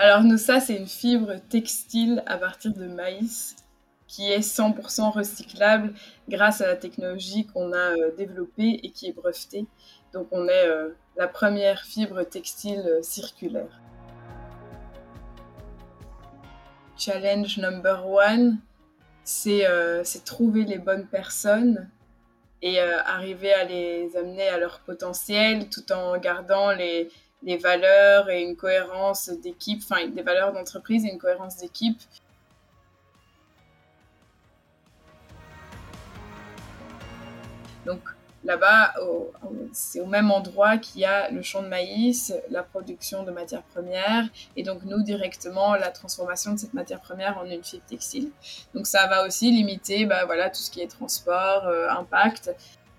Alors Noussa, c'est une fibre textile à partir de maïs qui est 100% recyclable grâce à la technologie qu'on a développée et qui est brevetée. Donc on est la première fibre textile circulaire. Challenge number one, c'est trouver les bonnes personnes et arriver à les amener à leur potentiel tout en gardant les valeurs et une cohérence d'équipe, enfin des valeurs d'entreprise et une cohérence d'équipe. Donc là-bas, c'est au même endroit qu'il y a le champ de maïs, la production de matières premières et donc nous directement la transformation de cette matière première en une fibre textile. Donc ça va aussi limiter tout ce qui est transport, impact.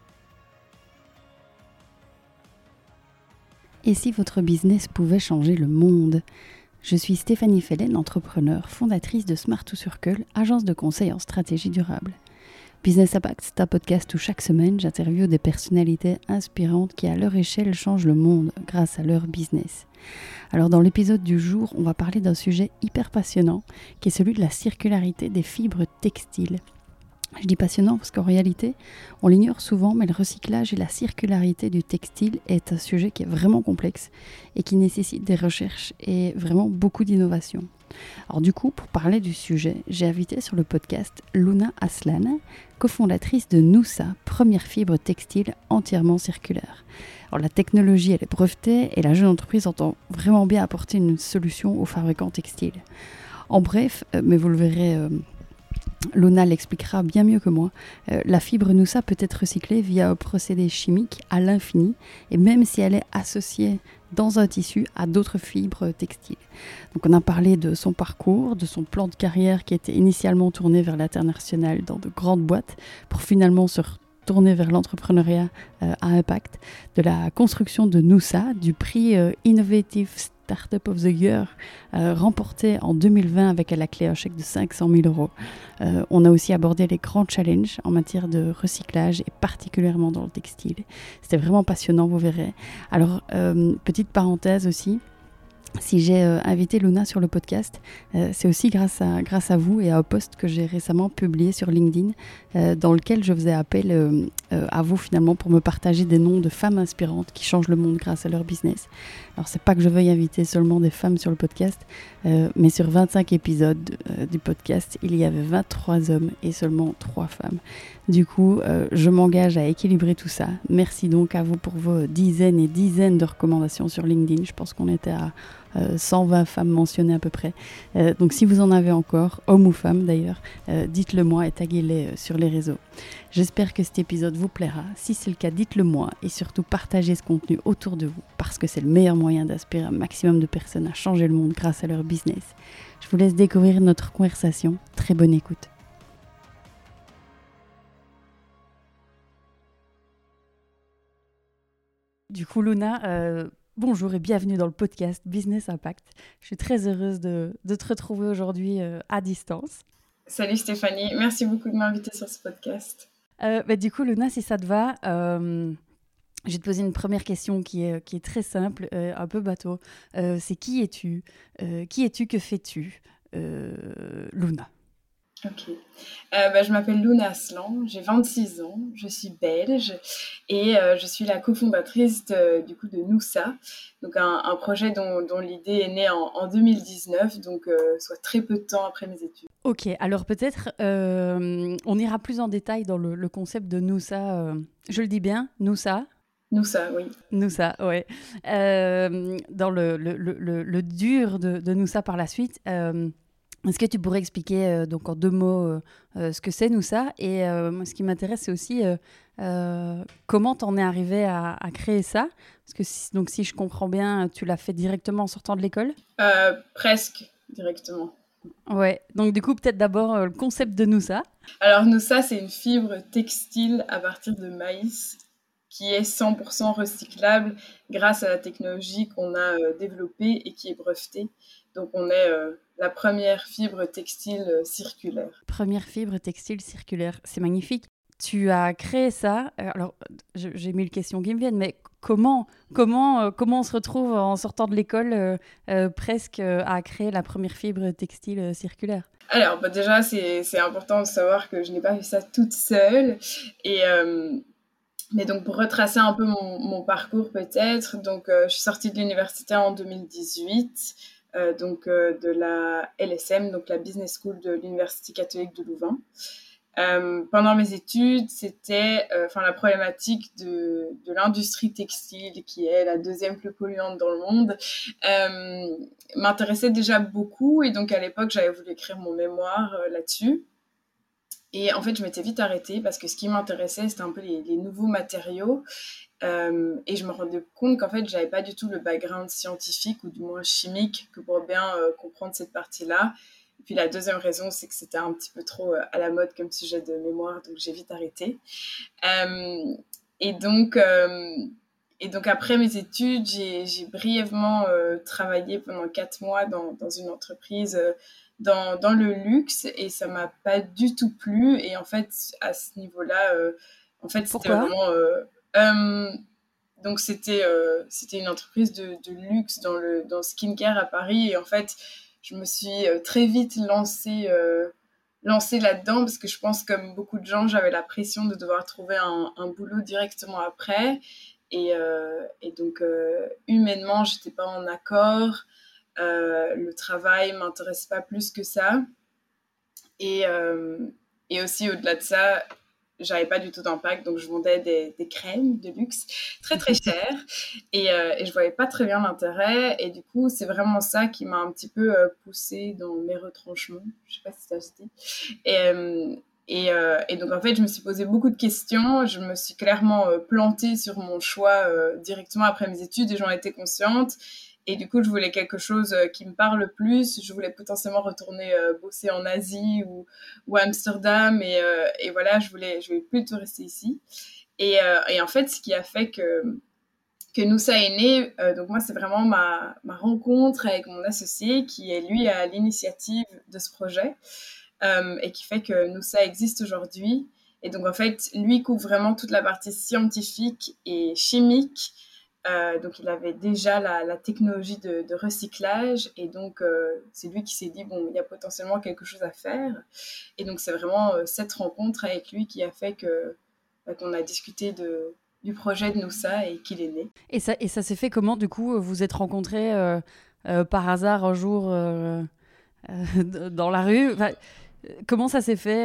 Et si votre business pouvait changer le monde ? Je suis Stéphanie Fellen, entrepreneur, fondatrice de Smart to Circle, agence de conseil en stratégie durable. Business Impact, c'est un podcast où chaque semaine, j'interviewe des personnalités inspirantes qui, à leur échelle, changent le monde grâce à leur business. Alors, dans l'épisode du jour, on va parler d'un sujet hyper passionnant, qui est celui de la circularité des fibres textiles. Je dis passionnant parce qu'en réalité, on l'ignore souvent, mais le recyclage et la circularité du textile est un sujet qui est vraiment complexe et qui nécessite des recherches et vraiment beaucoup d'innovation. Alors du coup, pour parler du sujet, j'ai invité sur le podcast Luna Aslan, cofondatrice de Noussa, première fibre textile entièrement circulaire. Alors la technologie, elle est brevetée et la jeune entreprise entend vraiment bien apporter une solution aux fabricants textiles. En bref, mais vous le verrez... Luna l'expliquera bien mieux que moi. La fibre Noussa peut être recyclée via un procédé chimique à l'infini, et même si elle est associée dans un tissu à d'autres fibres textiles. Donc on a parlé de son parcours, de son plan de carrière qui était initialement tourné vers l'international dans de grandes boîtes, pour finalement se tourner vers l'entrepreneuriat à impact, de la construction de Noussa, du prix Innovative Startup of the Year, remporté en 2020 avec à la clé un chèque de 500 000 euros. On a aussi abordé les grands challenges en matière de recyclage et particulièrement dans le textile. C'était vraiment passionnant, vous verrez. Alors, petite parenthèse aussi, si j'ai invité Luna sur le podcast, c'est aussi grâce à vous et à un post que j'ai récemment publié sur LinkedIn dans lequel je faisais appel à vous finalement pour me partager des noms de femmes inspirantes qui changent le monde grâce à leur business. Alors c'est pas que je veuille inviter seulement des femmes sur le podcast, mais sur 25 épisodes du podcast, il y avait 23 hommes et seulement 3 femmes. Du coup, je m'engage à équilibrer tout ça. Merci donc à vous pour vos dizaines et dizaines de recommandations sur LinkedIn. Je pense qu'on était à 120 femmes mentionnées à peu près. Donc si vous en avez encore, hommes ou femmes d'ailleurs, dites-le moi et taguez-les sur les réseaux. J'espère que cet épisode vous plaira. Si c'est le cas, dites-le moi et surtout partagez ce contenu autour de vous parce que c'est le meilleur moyen d'inspirer un maximum de personnes à changer le monde grâce à leur business. Je vous laisse découvrir notre conversation. Très bonne écoute. Du coup, Luna, bonjour et bienvenue dans le podcast Business Impact. Je suis très heureuse de te retrouver aujourd'hui à distance. Salut Stéphanie, merci beaucoup de m'inviter sur ce podcast. Du coup, Luna, si ça te va, je vais te poser une première question qui est très simple, un peu bateau. C'est qui es-tu ? Que fais-tu, Luna ? Ok. Je m'appelle Luna Aslan, j'ai 26 ans, je suis belge et je suis la cofondatrice de Noussa, donc un projet dont l'idée est née en 2019, donc soit très peu de temps après mes études. Ok, alors peut-être on ira plus en détail dans le concept de Noussa. Je le dis bien, Noussa ? Noussa, oui. Noussa, ouais. Dans le dur de Noussa par la suite. Est-ce que tu pourrais expliquer donc en 2 mots ce que c'est Noussa ? Et moi, ce qui m'intéresse, c'est aussi comment tu en es arrivé à créer ça ? Parce que si je comprends bien, tu l'as fait directement en sortant de l'école ? Presque directement. Ouais, donc du coup, peut-être d'abord le concept de Noussa. Alors Noussa, c'est une fibre textile à partir de maïs qui est 100% recyclable grâce à la technologie qu'on a développée et qui est brevetée. Donc on est la première fibre textile circulaire. Première fibre textile circulaire, c'est magnifique. Tu as créé ça, alors j'ai 1000 questions qui me viennent, mais comment on se retrouve en sortant de l'école presque à créer la première fibre textile circulaire? Alors, déjà, c'est important de savoir que je n'ai pas fait ça toute seule. Et, mais donc, pour retracer un peu mon parcours peut-être, donc je suis sortie de l'université en 2018, de la LSM, donc la Business School de l'Université catholique de Louvain. Pendant mes études, c'était la problématique de l'industrie textile, qui est la deuxième plus polluante dans le monde, m'intéressait déjà beaucoup. Et donc, à l'époque, j'avais voulu écrire mon mémoire là-dessus. Et en fait, je m'étais vite arrêtée parce que ce qui m'intéressait, c'était un peu les nouveaux matériaux. Et je me rendais compte qu'en fait, j'avais pas du tout le background scientifique ou du moins chimique que pour bien comprendre cette partie-là. Et puis la deuxième raison, c'est que c'était un petit peu trop à la mode comme sujet de mémoire, donc j'ai vite arrêté. Euh, et donc, euh, et donc après mes études, j'ai brièvement travaillé pendant 4 mois dans une entreprise dans le luxe, et ça m'a pas du tout plu. Et en fait, à ce niveau-là, en fait, c'était Pourquoi? vraiment donc c'était une entreprise de luxe dans le skincare à Paris. Et en fait, je me suis très vite lancée là-dedans parce que je pense, comme beaucoup de gens, j'avais la pression de devoir trouver un boulot directement après. Et donc, humainement, j'étais pas en accord. Le travail m'intéresse pas plus que ça. Et, euh, et aussi, au-delà de ça, j'avais pas du tout d'impact. Donc, je vendais des crèmes de luxe très, très chères. Et je voyais pas très bien l'intérêt. Et du coup, c'est vraiment ça qui m'a un petit peu poussée dans mes retranchements. Je sais pas si ça se dit. Et donc, en fait, je me suis posé beaucoup de questions. Je me suis clairement plantée sur mon choix directement après mes études, et j'en étais consciente. Et du coup, je voulais quelque chose qui me parle plus. Je voulais potentiellement retourner bosser en Asie ou à Amsterdam. Et voilà, je voulais plutôt rester ici. Et en fait, ce qui a fait que Noussa est né, donc moi, c'est vraiment ma rencontre avec mon associé qui est, lui, à l'initiative de ce projet, et qui fait que Noussa existe aujourd'hui. Et donc, en fait, lui couvre vraiment toute la partie scientifique et chimique. Donc, il avait déjà la technologie de recyclage. Et donc, c'est lui qui s'est dit, bon, il y a potentiellement quelque chose à faire. Et donc, c'est vraiment cette rencontre avec lui qui a fait qu'on a discuté du projet de Noussa et qu'il est né. Et ça s'est fait comment, du coup, vous vous êtes rencontrés par hasard un jour dans la rue? Enfin, comment ça s'est fait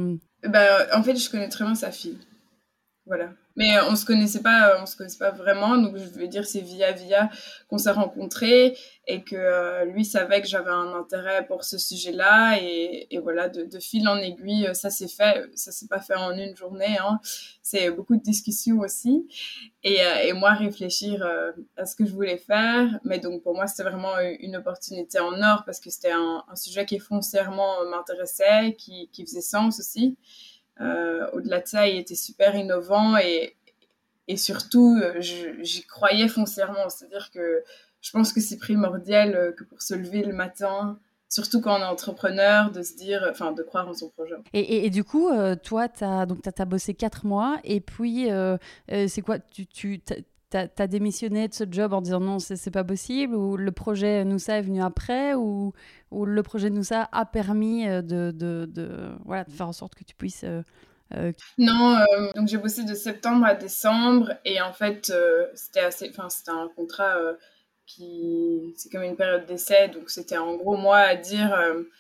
En fait, je connais très bien sa fille. Voilà. Mais on se connaissait pas vraiment, donc je veux dire c'est via via qu'on s'est rencontrés, et que lui savait que j'avais un intérêt pour ce sujet-là. Et voilà, de fil en aiguille, ça s'est fait. Ça s'est pas fait en une journée, hein. C'est beaucoup de discussions aussi, et moi réfléchir à ce que je voulais faire. Mais donc pour moi c'était vraiment une opportunité en or, parce que c'était un sujet qui foncièrement m'intéressait, qui faisait sens aussi. Au-delà de ça, il était super innovant, et surtout, j'y croyais foncièrement. C'est-à-dire que je pense que c'est primordial que pour se lever le matin, surtout quand on est entrepreneur, de se dire, enfin, de croire en son projet. et du coup, toi, t'as bossé 4 mois, et puis, c'est quoi? T'as démissionné de ce job en disant non, c'est pas possible, ou le projet Noussa est venu après, ou le projet Noussa a permis voilà, de faire en sorte que tu puisses... Non, donc j'ai bossé de septembre à décembre. Et en fait, c'était un contrat c'est comme une période d'essai. Donc c'était en gros moi à dire,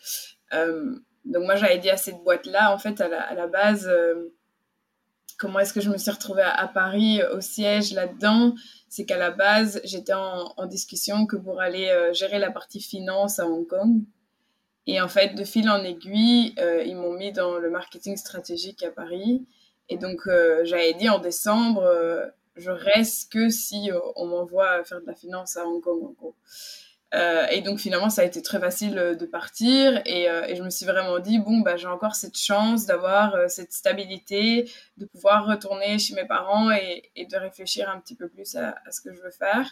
donc moi j'avais dit à cette boîte-là, en fait, à la base, comment est-ce que je me suis retrouvée à Paris au siège là-dedans. C'est qu'à la base, j'étais en discussion que pour aller gérer la partie finance à Hong Kong. Et en fait, de fil en aiguille, ils m'ont mis dans le marketing stratégique à Paris. Et donc, j'avais dit en décembre, je reste que si on m'envoie faire de la finance à Hong Kong, en gros. Et donc, finalement, ça a été très facile de partir. Et je me suis vraiment dit, bon, bah, j'ai encore cette chance d'avoir cette stabilité, de pouvoir retourner chez mes parents, et de réfléchir un petit peu plus à ce que je veux faire.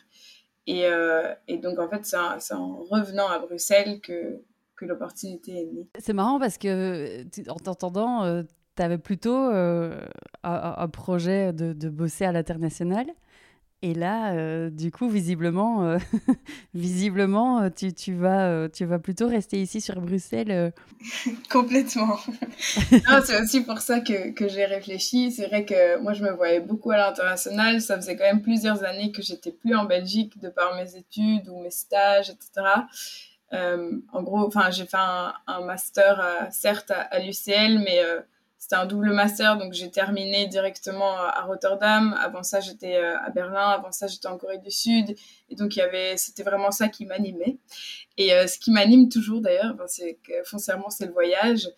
Et donc, en fait, c'est en revenant à Bruxelles que l'opportunité est née. C'est marrant parce que, en t'entendant, tu avais plutôt un projet de bosser à l'international. Et là, du coup, visiblement, tu vas plutôt rester ici sur Bruxelles. Complètement. Non, c'est aussi pour ça que j'ai réfléchi. C'est vrai que moi, je me voyais beaucoup à l'international. Ça faisait quand même plusieurs années que j'étais plus en Belgique de par mes études ou mes stages, etc. En gros, enfin, j'ai fait un master, certes à l'UCL, mais c'était un double master, donc j'ai terminé directement à Rotterdam. Avant ça, j'étais à Berlin. Avant ça, j'étais en Corée du Sud. Et donc, c'était vraiment ça qui m'animait. Et ce qui m'anime toujours d'ailleurs, ben, c'est que foncièrement, c'est le voyage.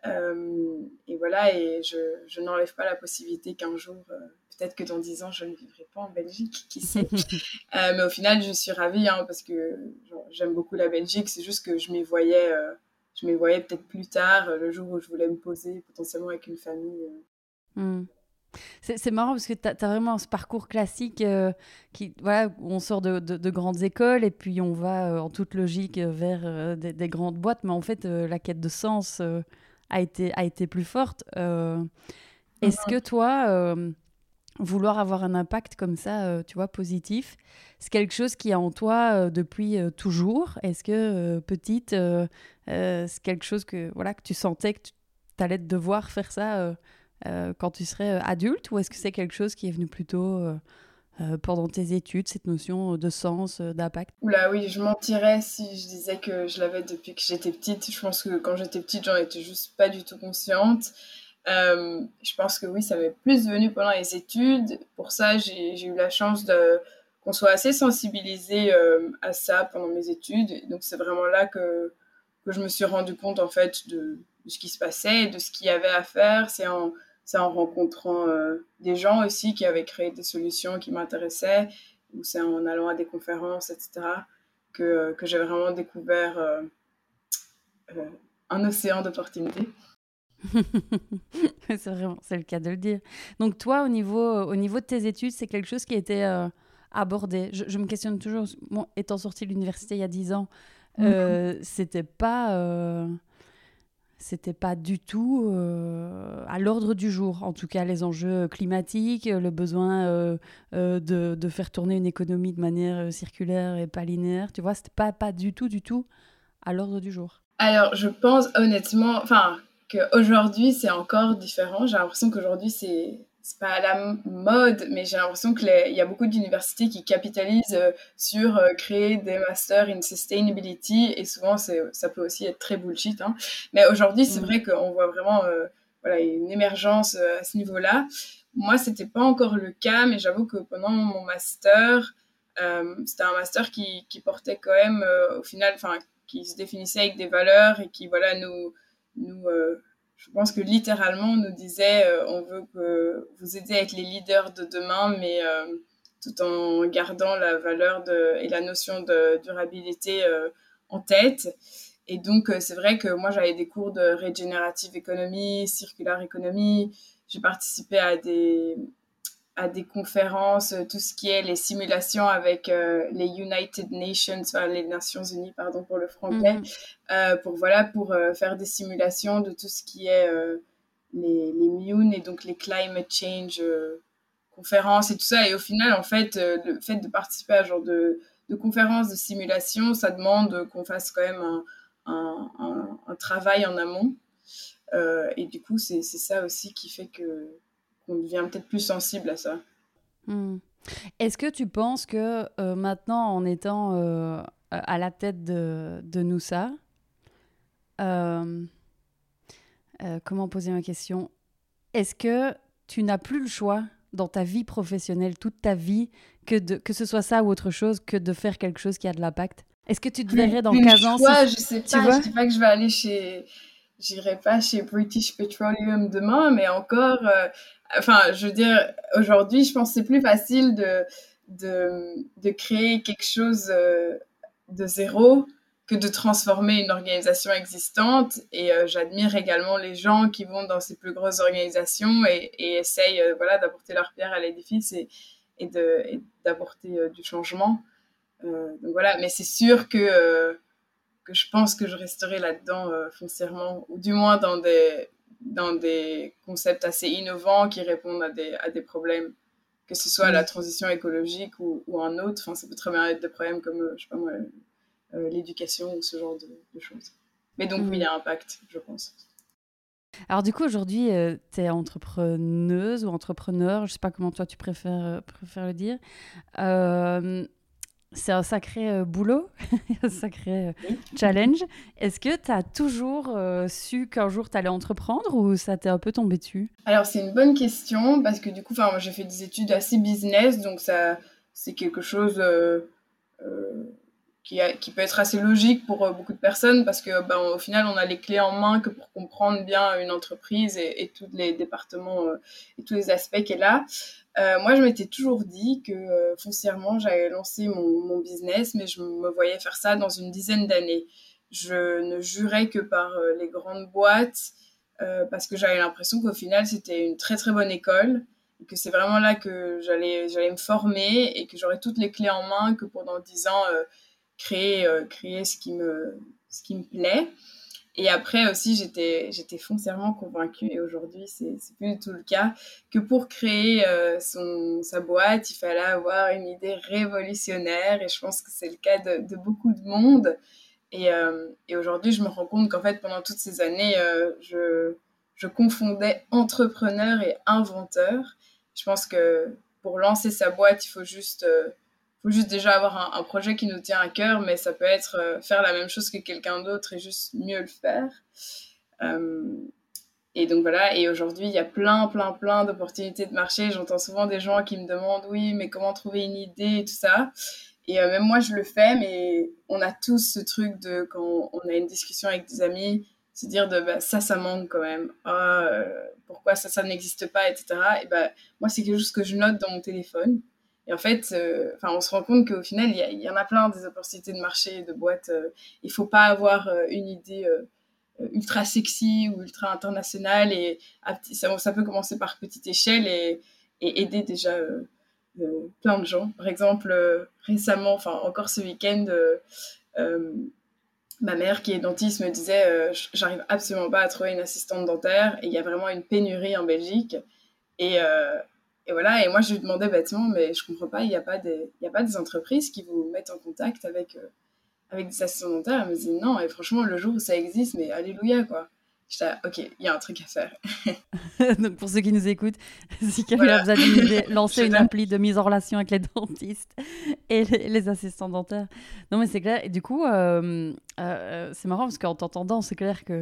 Et voilà, et je n'enlève pas la possibilité qu'un jour, peut-être que dans 10 ans, je ne vivrai pas en Belgique, qui sait. Mais au final, je suis ravie hein, parce que genre, j'aime beaucoup la Belgique. C'est juste que je m'y voyais peut-être plus tard, le jour où je voulais me poser potentiellement avec une famille. Hmm. C'est marrant parce que tu as vraiment ce parcours classique voilà, où on sort de grandes écoles et puis on va en toute logique vers des grandes boîtes, mais en fait, la quête de sens a été plus forte. Est-ce que toi, vouloir avoir un impact comme ça, tu vois, positif, c'est quelque chose qui est en toi depuis toujours? Est-ce que petite, c'est quelque chose que, voilà, que tu sentais que tu allais devoir faire ça quand tu serais adulte, ou est-ce que c'est quelque chose qui est venu plutôt pendant tes études, cette notion de sens, d'impact? Oula, oui, je mentirais si je disais que je l'avais depuis que j'étais petite. Je pense que quand j'étais petite, j'en étais juste pas du tout consciente. Je pense que oui, ça m'est plus venu pendant les études. Pour ça, j'ai eu la chance qu'on soit assez sensibilisé à ça pendant mes études. Et donc, c'est vraiment là que je me suis rendu compte, en fait, de ce qui se passait et de ce qu'il y avait à faire. C'est en rencontrant des gens aussi qui avaient créé des solutions qui m'intéressaient, ou c'est en allant à des conférences, etc., que j'ai vraiment découvert euh, un océan d'opportunités. C'est vraiment, c'est le cas de le dire. Donc toi, au niveau de tes études, c'est quelque chose qui a été abordé. Je me questionne toujours, moi, étant sortie de l'université il y a 10 ans, c'était c'était pas du tout à l'ordre du jour. En tout cas, les enjeux climatiques, le besoin de faire tourner une économie de manière circulaire et pas linéaire, tu vois, c'était pas du tout à l'ordre du jour. Alors, je pense honnêtement, enfin, qu'aujourd'hui, c'est encore différent. J'ai l'impression qu'aujourd'hui, c'est pas à la mode, mais j'ai l'impression il y a beaucoup d'universités qui capitalisent sur créer des masters in sustainability, et souvent, ça peut aussi être très bullshit, hein. Mais aujourd'hui, c'est Mm. vrai qu'on voit vraiment, voilà, une émergence à ce niveau-là. Moi, c'était pas encore le cas, mais j'avoue que pendant mon master, c'était un master qui portait quand même, au final, enfin, qui se définissait avec des valeurs et qui, voilà, je pense que littéralement nous disait on veut que vous aidiez à être les leaders de demain, mais tout en gardant la valeur et la notion de durabilité en tête. Et donc, c'est vrai que moi, j'avais des cours de regenerative economy, circular economy. J'ai participé à des conférences, tout ce qui est les simulations avec les United Nations, enfin les Nations Unies, pardon pour le franglais, Mhm. pour faire des simulations de tout ce qui est les MUN et donc les climate change conférences et tout ça. Et au final, en fait, le fait de participer à ce genre de conférences, de simulations, ça demande qu'on fasse quand même un travail en amont. Et du coup, c'est ça aussi qui fait qu'on devient peut-être plus sensible à ça. Mm. Est-ce que tu penses que maintenant, en étant à la tête de Noussa, euh, comment poser ma question? Est-ce que tu n'as plus le choix dans ta vie professionnelle, toute ta vie, que ce soit ça ou autre chose, que de faire quelque chose qui a de l'impact? Est-ce que tu te verrais dans Plus le 15 ans si, choix, je sais tu pas, je vois? dis pas que je vais aller j'irai pas chez British Petroleum demain, mais encore, enfin, je veux dire, aujourd'hui, je pense que c'est plus facile de créer quelque chose de zéro que de transformer une organisation existante. Et j'admire également les gens qui vont dans ces plus grosses organisations et essayent, voilà, d'apporter leur pierre à l'édifice et d'apporter du changement. Donc voilà, mais c'est sûr que je pense que je resterai là-dedans foncièrement, ou du moins dans des concepts assez innovants qui répondent à des problèmes. que ce soit la transition écologique ou un autre. Enfin, ça peut très bien être des problèmes comme, je sais pas moi, l'éducation ou ce genre de choses. Mais donc, oui, il y a un impact, je pense. Alors du coup, aujourd'hui, tu es entrepreneuse ou entrepreneur, je sais pas comment toi tu préfères le dire. C'est un sacré boulot, un sacré challenge. Est-ce que tu as toujours su qu'un jour tu allais entreprendre ou ça t'est un peu tombé dessus? Alors, c'est une bonne question parce que du coup, moi, j'ai fait des études assez business, donc ça, c'est quelque chose euh, qui peut être assez logique pour beaucoup de personnes parce que au final, on a les clés en main que pour comprendre bien une entreprise et tous les départements et tous les aspects qu'elle a. Moi, je m'étais toujours dit que foncièrement, j'allais lancer mon business, mais je me voyais faire ça dans une dizaine d'années. Je ne jurais que par les grandes boîtes parce que j'avais l'impression qu'au final, c'était une très très bonne école et que c'est vraiment là que j'allais me former et que j'aurais toutes les clés en main que pendant 10 ans, créer ce qui me plaît. Et après aussi, j'étais foncièrement convaincue, et aujourd'hui, c'est plus du tout le cas, que pour créer sa boîte, il fallait avoir une idée révolutionnaire. Et je pense que c'est le cas de beaucoup de monde. Et aujourd'hui, je me rends compte qu'en fait, pendant toutes ces années, je confondais entrepreneur et inventeur. Je pense que pour lancer sa boîte, faut juste déjà avoir un projet qui nous tient à cœur, mais ça peut être faire la même chose que quelqu'un d'autre et juste mieux le faire. Euh, et donc voilà, et aujourd'hui, il y a plein d'opportunités de marché. J'entends souvent des gens qui me demandent, oui, mais comment trouver une idée et tout ça. Et même moi, je le fais, mais on a tous ce truc de quand on a une discussion avec des amis, se dire de ça manque quand même. Ah, pourquoi ça n'existe pas, etc. Et moi, c'est quelque chose que je note dans mon téléphone. Et en fait, on se rend compte qu'au final, il y en a plein des opportunités de marché, de boîtes. Il faut pas avoir une idée ultra sexy ou ultra internationale. Et ça peut commencer par petite échelle et aider déjà plein de gens. Par exemple, récemment, enfin encore ce week-end, euh, ma mère qui est dentiste me disait j'arrive absolument pas à trouver une assistante dentaire et il y a vraiment une pénurie en Belgique. Et, euh, et voilà, et moi je lui demandais bêtement, mais je comprends pas, il y a pas des entreprises qui vous mettent en contact avec des assistants dentaires. Elle me dit non, et franchement, le jour où ça existe, mais alléluia quoi. J'étais là, ok, il y a un truc à faire. Donc pour ceux qui nous écoutent, si quelqu'un a Voilà, besoin d'une idée, lancez je une donne. appli de mise en relation avec les dentistes et les assistants dentaires. Non mais c'est clair. Et du coup, c'est marrant parce qu'en t'entendant, c'est clair que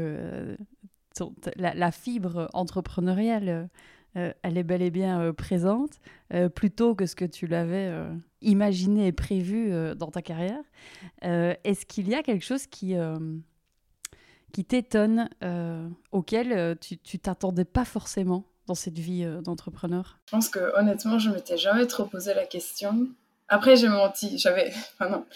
la fibre entrepreneuriale, elle est bel et bien présente, plutôt que ce que tu l'avais imaginé et prévu dans ta carrière. Est-ce qu'il y a quelque chose qui t'étonne, auquel tu t'attendais pas forcément dans cette vie d'entrepreneur? Je pense que honnêtement, je m'étais jamais trop posé la question. Après, j'ai menti. Enfin non,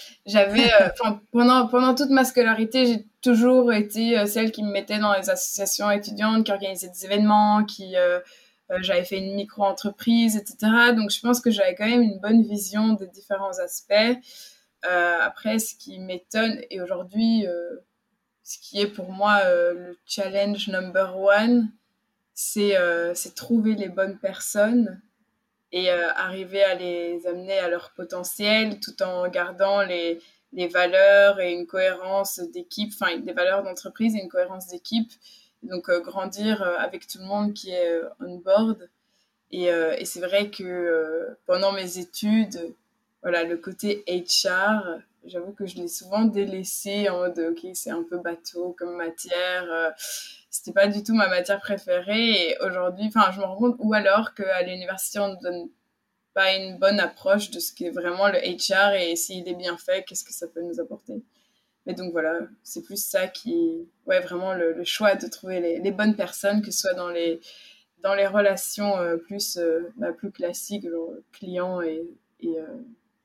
pendant toute ma scolarité, j'ai toujours été celle qui me mettait dans les associations étudiantes, qui organisait des événements, j'avais fait une micro-entreprise, etc. Donc, je pense que j'avais quand même une bonne vision des différents aspects. Après, ce qui m'étonne, et aujourd'hui, ce qui est pour moi le challenge number one, c'est trouver les bonnes personnes et arriver à les amener à leur potentiel tout en gardant les valeurs et une cohérence d'équipe, enfin des valeurs d'entreprise et une cohérence d'équipe. Donc grandir avec tout le monde qui est on board. Et c'est vrai que pendant mes études, voilà, le côté HR, j'avoue que je l'ai souvent délaissé en mode ok, c'est un peu bateau comme matière. C'était pas du tout ma matière préférée. Et aujourd'hui, enfin, je me rends compte, ou alors qu'à l'université, on ne donne pas une bonne approche de ce qu'est vraiment le HR et s'il est bien fait, qu'est-ce que ça peut nous apporter. Mais donc voilà, c'est plus ça ouais, vraiment le choix de trouver les bonnes personnes, que ce soit dans les relations plus classiques, genre client et, euh,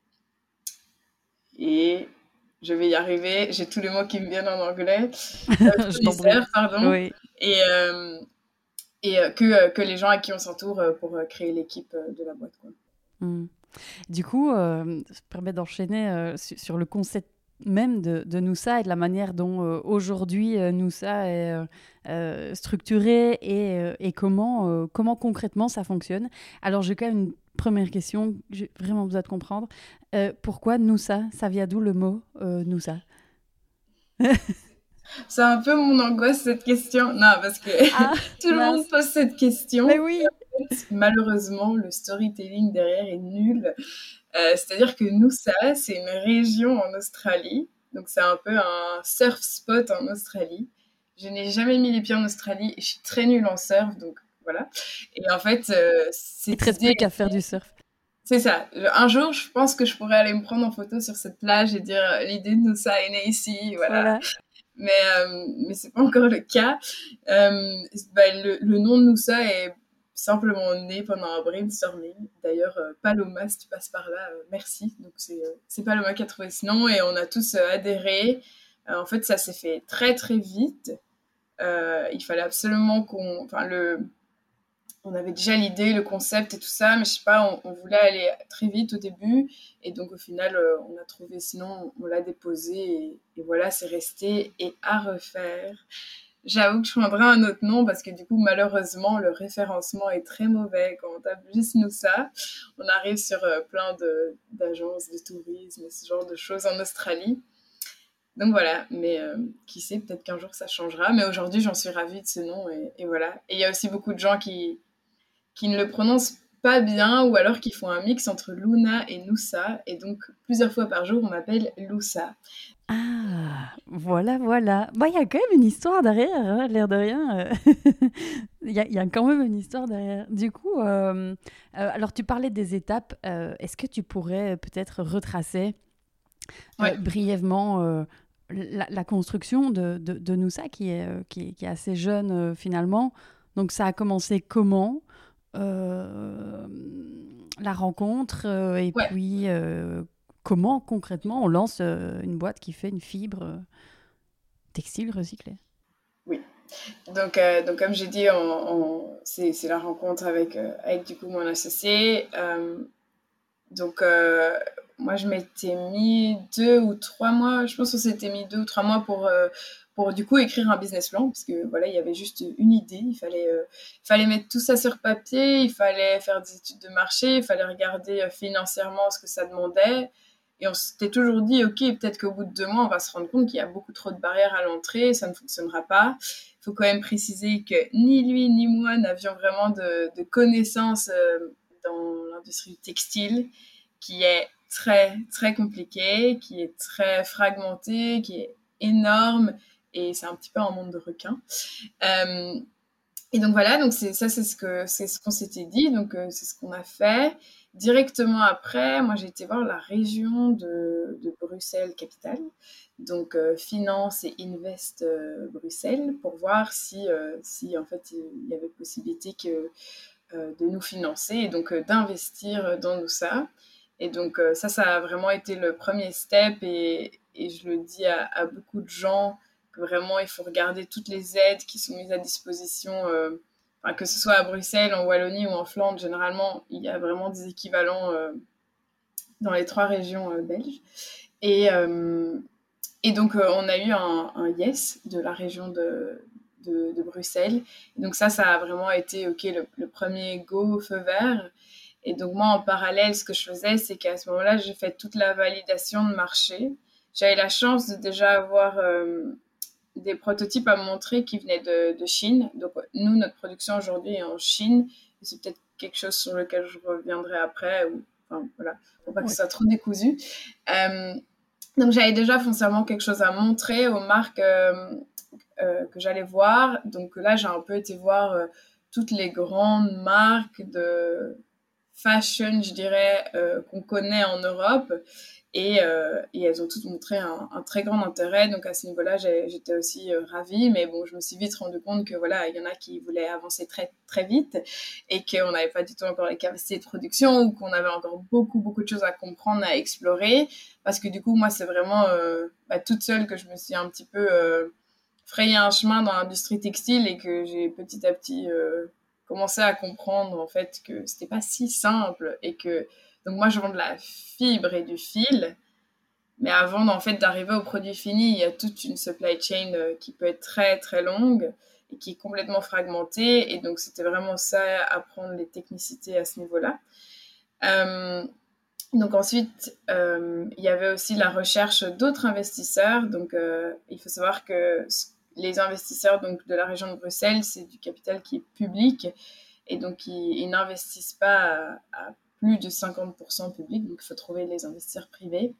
et je vais y arriver, j'ai tous les mots qui me viennent en anglais, Je t'en prie. fournisseurs, pardon, Oui. et, que les gens à qui on s'entoure pour créer l'équipe de la boîte, quoi. Mm. Du coup, ça permet d'enchaîner sur le concept même de Noosa et de la manière dont aujourd'hui Noosa est structuré et comment concrètement ça fonctionne. Alors j'ai quand même une première question que j'ai vraiment besoin de comprendre. Pourquoi Noosa? Ça vient d'où le mot Noosa? C'est un peu mon angoisse, cette question. Non, parce que Ah, tout le monde mince. pose cette Mais question. oui. Malheureusement, le storytelling derrière est nul. C'est-à-dire que Noosa, c'est une région en Australie. Donc, c'est un peu un surf spot en Australie. Je n'ai jamais mis les pieds en Australie et je suis très nulle en surf. Donc, voilà. Et en fait, Il te cette reste idée, plus qu'à faire du surf. c'est ça. Un jour, je pense que je pourrais aller me prendre en photo sur cette plage et dire l'idée de Noosa est née ici. Voilà. Voilà. Mais c'est pas encore le cas. Bah, le nom de Noosa est simplement né pendant un brainstorming. D'ailleurs, Paloma, si tu passes par là, merci. Donc c'est Paloma qui a trouvé ce nom et on a tous adhéré. En fait, ça s'est fait très très vite. Il fallait absolument on avait déjà l'idée, le concept et tout ça, mais je sais pas, on voulait aller très vite au début. Et donc, au final, on a trouvé, sinon, on l'a déposé. Et voilà, c'est resté. Et à refaire, j'avoue que je prendrai un autre nom parce que du coup, malheureusement, le référencement est très mauvais. Quand on tape juste nous ça, on arrive sur plein d'agences de tourisme et ce genre de choses en Australie. Donc voilà, mais qui sait, peut-être qu'un jour ça changera. Mais aujourd'hui, j'en suis ravie de ce nom et voilà. Et il y a aussi beaucoup de gens qui ne le prononcent pas bien ou alors qui font un mix entre Luna et Noosa. Et donc, plusieurs fois par jour, on m'appelle Loussa. Ah, voilà, voilà. Bah, il y a quand même une histoire derrière, hein, l'air de rien. Il y a quand même une histoire derrière. Du coup, alors tu parlais des étapes. Est-ce que tu pourrais peut-être retracer Ouais. brièvement la construction de Noosa qui est assez jeune finalement. Donc ça a commencé comment Euh, la rencontre et Ouais. puis comment concrètement on lance une boîte qui fait une fibre textile recyclée. Oui. Donc comme j'ai dit, c'est la rencontre avec du coup mon associé. Donc, moi, je m'étais mis 2 ou 3 mois, je pense qu'on s'était mis 2 ou 3 mois pour du coup écrire un business plan, parce que voilà, il y avait juste une idée, il fallait mettre tout ça sur papier, il fallait faire des études de marché, il fallait regarder financièrement ce que ça demandait. Et on s'était toujours dit, ok, peut-être qu'au bout de 2 mois, on va se rendre compte qu'il y a beaucoup trop de barrières à l'entrée, ça ne fonctionnera pas. Il faut quand même préciser que ni lui ni moi n'avions vraiment de connaissances dans l'industrie textile, qui est très, très compliquée, qui est très fragmentée, qui est énorme, et c'est un petit peu un monde de requins. Euh, et donc voilà, donc c'est ce qu'on s'était dit, donc c'est ce qu'on a fait. Directement après, moi j'ai été voir la région de Bruxelles capitale, donc Finance et Invest Bruxelles, pour voir si en fait il y avait possibilité de nous financer et donc d'investir dans nous ça. Et donc ça a vraiment été le premier step et je le dis à beaucoup de gens que vraiment il faut regarder toutes les aides qui sont mises à disposition, enfin, que ce soit à Bruxelles, en Wallonie ou en Flandre, généralement il y a vraiment des équivalents dans les 3 régions belges. Et, euh, et donc on a eu un yes de la région de Bruxelles. Et donc ça a vraiment été ok, le premier go feu vert. Et donc moi, en parallèle, ce que je faisais, c'est qu'à ce moment-là, j'ai fait toute la validation de marché. J'avais la chance de déjà avoir des prototypes à montrer qui venaient de Chine. Donc nous, notre production aujourd'hui est en Chine. Et c'est peut-être quelque chose sur lequel je reviendrai après. Enfin, voilà, pour pas que ce Ouais. soit trop décousu. Euh, donc j'avais déjà foncièrement quelque chose à montrer aux marques que j'allais voir. Donc là, j'ai un peu été voir toutes les grandes marques de fashion, je dirais, qu'on connaît en Europe. Et elles ont toutes montré un très grand intérêt. Donc à ce niveau-là, j'étais aussi ravie. Mais bon, je me suis vite rendu compte que voilà, il y en a qui voulaient avancer très très vite et qu'on n'avait pas du tout encore les capacités de production ou qu'on avait encore beaucoup beaucoup de choses à comprendre, à explorer. Parce que du coup, moi, c'est vraiment toute seule que je me suis un petit peu frayé un chemin dans l'industrie textile et que j'ai petit à petit commencé à comprendre en fait que c'était pas si simple et que donc moi je vends de la fibre et du fil Mais avant, en fait, d'arriver au produit fini, il y a toute une supply chain qui peut être très, très longue et qui est complètement fragmentée. Et donc, c'était vraiment ça, apprendre les technicités à ce niveau-là. Euh, donc ensuite, il y avait aussi la recherche d'autres investisseurs. Donc, il faut savoir que les investisseurs donc, de la région de Bruxelles, c'est du capital qui est public. Et donc, ils n'investissent pas à plus de 50% public. Donc, il faut trouver les investisseurs privés.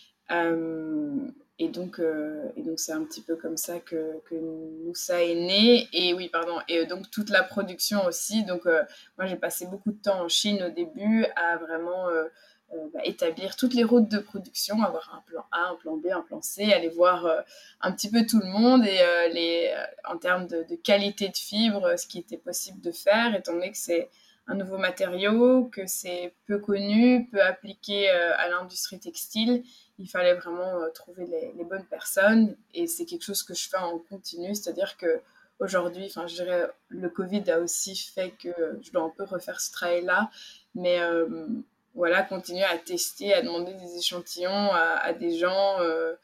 Euh, et donc, c'est un petit peu comme ça que nous, ça est né. Et oui, pardon. Et donc, toute la production aussi. Donc, moi, j'ai passé beaucoup de temps en Chine au début à vraiment établir toutes les routes de production, avoir un plan A, un plan B, un plan C, aller voir un petit peu tout le monde et en termes de qualité de fibre, ce qui était possible de faire, étant donné que c'est un nouveau matériau, que c'est peu connu, peu appliqué à l'industrie textile. Il fallait vraiment trouver les bonnes personnes et c'est quelque chose que je fais en continu, c'est-à-dire que aujourd'hui, enfin, je dirais, le Covid a aussi fait que je dois un peu refaire ce travail-là, mais voilà, continuer à tester, à demander des échantillons à des gens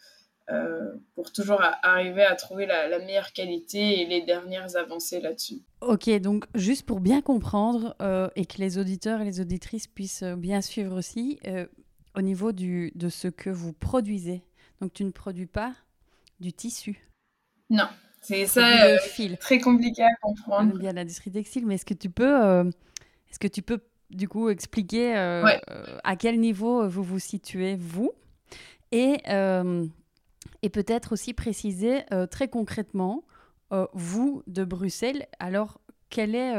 pour toujours arriver à trouver la meilleure qualité et les dernières avancées là-dessus. Ok, donc juste pour bien comprendre et que les auditeurs et les auditrices puissent bien suivre aussi, au niveau de ce que vous produisez, donc tu ne produis pas du tissu, Non, tu c'est produis ça le fil. très compliqué à Je comprendre. connais bien l'industrie textile, mais est-ce que tu peux du coup expliquer Ouais, à quel niveau vous vous situez, vous, et, euh, et peut-être aussi préciser très concrètement, vous de Bruxelles, alors quelle est,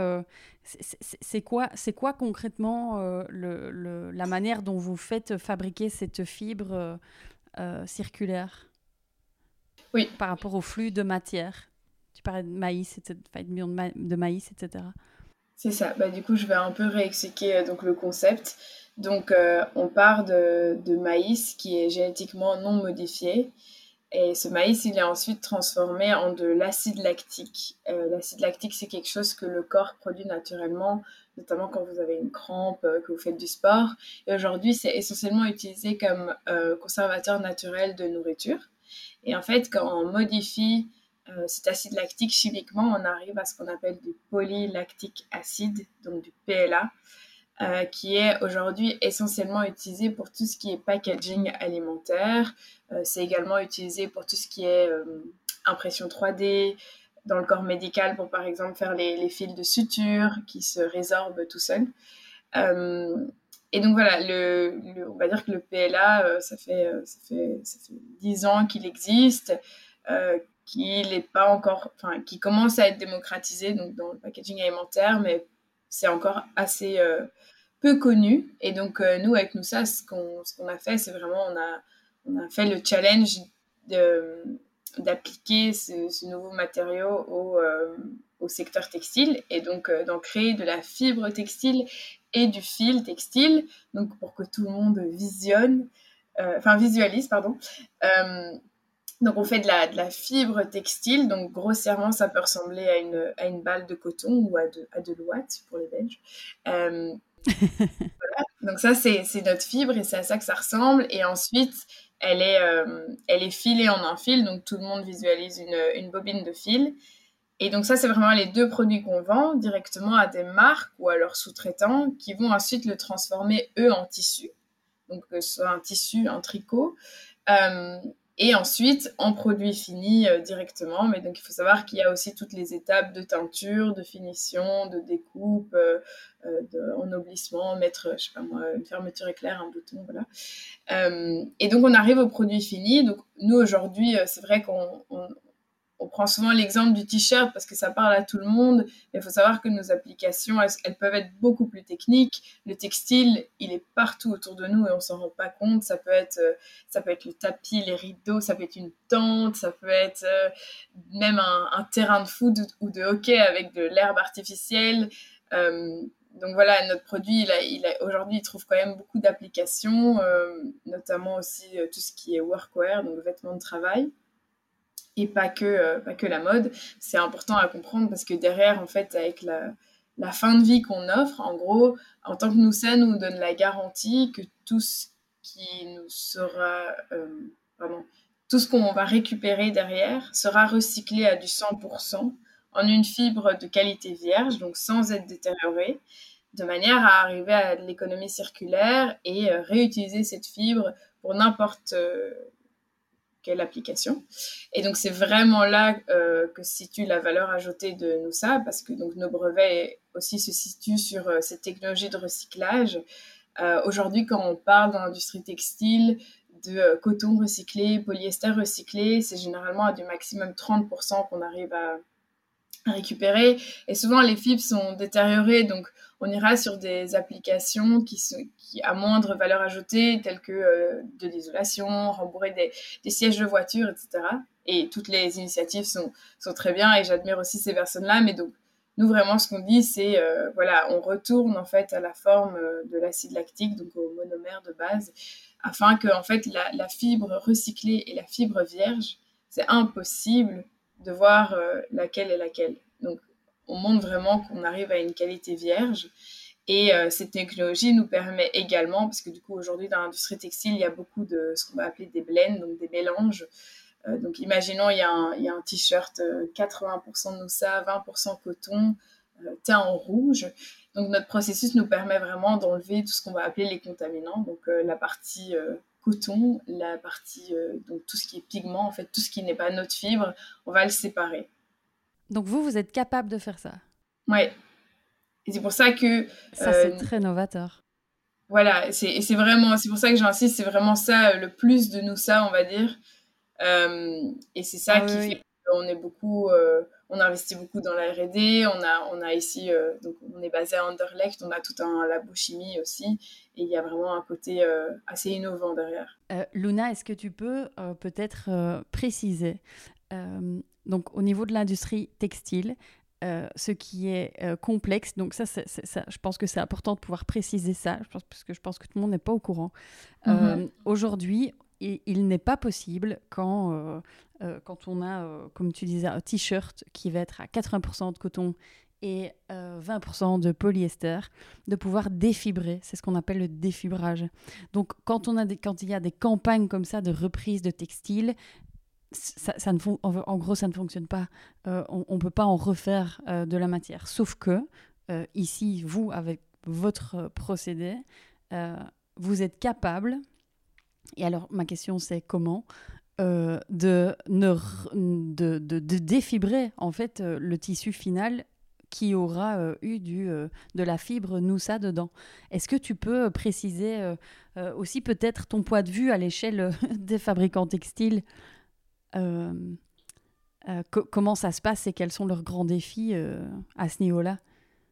c'est quoi concrètement la manière dont vous faites fabriquer cette fibre circulaire oui, par rapport au flux de matière? Tu parlais de maïs, etc., enfin, de maïs, etc. c'est ça. Bah, du coup, je vais un peu réexpliquer donc, le concept. Donc, on part de maïs qui est génétiquement non modifié. Et ce maïs, il est ensuite transformé en de l'acide lactique. L'acide lactique, c'est quelque chose que le corps produit naturellement, notamment quand vous avez une crampe, que vous faites du sport. Et aujourd'hui, c'est essentiellement utilisé comme conservateur naturel de nourriture. Et en fait, quand on modifie cet acide lactique chimiquement, on arrive à ce qu'on appelle du polylactique acide, donc du PLA, qui est aujourd'hui essentiellement utilisé pour tout ce qui est packaging alimentaire. C'est également utilisé pour tout ce qui est impression 3D, dans le corps médical pour par exemple faire les fils de suture qui se résorbent tout seuls. Euh, et donc voilà, on va dire que le PLA, ça fait 10 ans qu'il existe, qu'il n'est pas encore, enfin, qui commence à être démocratisé donc dans le packaging alimentaire, mais c'est encore assez peu connu. Et donc nous, avec nous, ça, ce qu'on a fait, c'est vraiment, on a fait le challenge de, d'appliquer ce nouveau matériau au secteur textile et donc d'en créer de la fibre textile et du fil textile, donc pour que tout le monde visualise, pardon. Euh, donc on fait de la fibre textile, donc grossièrement ça peut ressembler à une balle de coton ou à de l'ouate pour les Belges. Euh, donc ça c'est notre fibre et c'est à ça que ça ressemble. Et ensuite elle est filée en un fil, donc tout le monde visualise une bobine de fil. Et donc ça, c'est vraiment les deux produits qu'on vend directement à des marques ou à leurs sous-traitants qui vont ensuite le transformer, eux, en tissu. Donc que ce soit un tissu, un tricot. Euh, et ensuite, en produit fini directement. Mais donc, il faut savoir qu'il y a aussi toutes les étapes de teinture, de finition, de découpe, ennoblissement, mettre, je sais pas moi, une fermeture éclair, un bouton, voilà. Et donc, on arrive au produit fini. Donc, nous, aujourd'hui, c'est vrai qu'on prend souvent l'exemple du t-shirt parce que ça parle à tout le monde, mais il faut savoir que nos applications, elles peuvent être beaucoup plus techniques. Le textile, il est partout autour de nous et on s'en rend pas compte. Ça peut être le tapis, les rideaux, ça peut être une tente, ça peut être même un terrain de foot ou de hockey avec de l'herbe artificielle. Euh, donc voilà, notre produit, aujourd'hui, il trouve quand même beaucoup d'applications, notamment aussi tout ce qui est workwear, donc vêtements de travail et pas que la mode. C'est important à comprendre parce que derrière, en fait, avec la fin de vie qu'on offre, en gros, en tant que nous, ça nous donne la garantie que tout ce qui nous sera, tout ce qu'on va récupérer derrière sera recyclé à du 100% en une fibre de qualité vierge, donc sans être détériorée, de manière à arriver à de l'économie circulaire et réutiliser cette fibre pour n'importe quelle application. Et donc c'est vraiment là que se situe la valeur ajoutée de Noussa, parce que donc nos brevets aussi se situent sur cette technologie de recyclage. Aujourd'hui, quand on parle dans l'industrie textile de coton recyclé, polyester recyclé, c'est généralement à du maximum 30% qu'on arrive à récupérer. Et souvent, les fibres sont détériorées, donc on ira sur des applications qui à moindre valeur ajoutée, telles que de l'isolation, rembourrer des sièges de voiture, etc. Et toutes les initiatives sont très bien, et j'admire aussi ces personnes-là. Mais donc, nous, vraiment, ce qu'on dit, c'est, on retourne en fait à la forme de l'acide lactique, donc au monomère de base, afin que en fait, la fibre recyclée et la fibre vierge, c'est impossible de voir laquelle est laquelle. Donc, on montre vraiment qu'on arrive à une qualité vierge. Et cette technologie nous permet également, parce que du coup, aujourd'hui, dans l'industrie textile, il y a beaucoup de ce qu'on va appeler des blends, donc des mélanges. Donc, imaginons, il y a un t-shirt 80% de Noussa, 20% coton, teint en rouge. Donc, notre processus nous permet vraiment d'enlever tout ce qu'on va appeler les contaminants, donc la partie coton, la partie, donc tout ce qui est pigment, en fait, tout ce qui n'est pas notre fibre, on va le séparer. Donc vous êtes capable de faire ça? Ouais. Et c'est pour ça que... Ça, c'est très novateur. Voilà, c'est pour ça que j'insiste, c'est vraiment ça, le plus de nous, ça, on va dire. Et c'est ça qui fait qu'on est beaucoup... on investit beaucoup dans la R&D, on a ici... donc on est basé à Anderlecht, on a tout un labo chimie aussi, et il y a vraiment un côté assez innovant derrière. Luna, est-ce que tu peux peut-être préciser, donc au niveau de l'industrie textile, ce qui est complexe, donc ça, je pense que c'est important de pouvoir préciser ça, parce que je pense que tout le monde n'est pas au courant. Aujourd'hui, il n'est pas possible quand on a, comme tu disais, un t-shirt qui va être à 80% de coton et 20% de polyester, de pouvoir défibrer. C'est ce qu'on appelle le défibrage. Donc, quand il y a des campagnes comme ça de reprise de textiles, en gros, ça ne fonctionne pas. On ne peut pas en refaire de la matière. Sauf que, ici, vous, avec votre procédé, vous êtes capable, et alors ma question c'est comment, de défibrer en fait le tissu final qui aura eu de la fibre Noussa dedans. Est-ce que tu peux préciser aussi peut-être ton point de vue à l'échelle des fabricants textiles, comment ça se passe et quels sont leurs grands défis à ce niveau-là?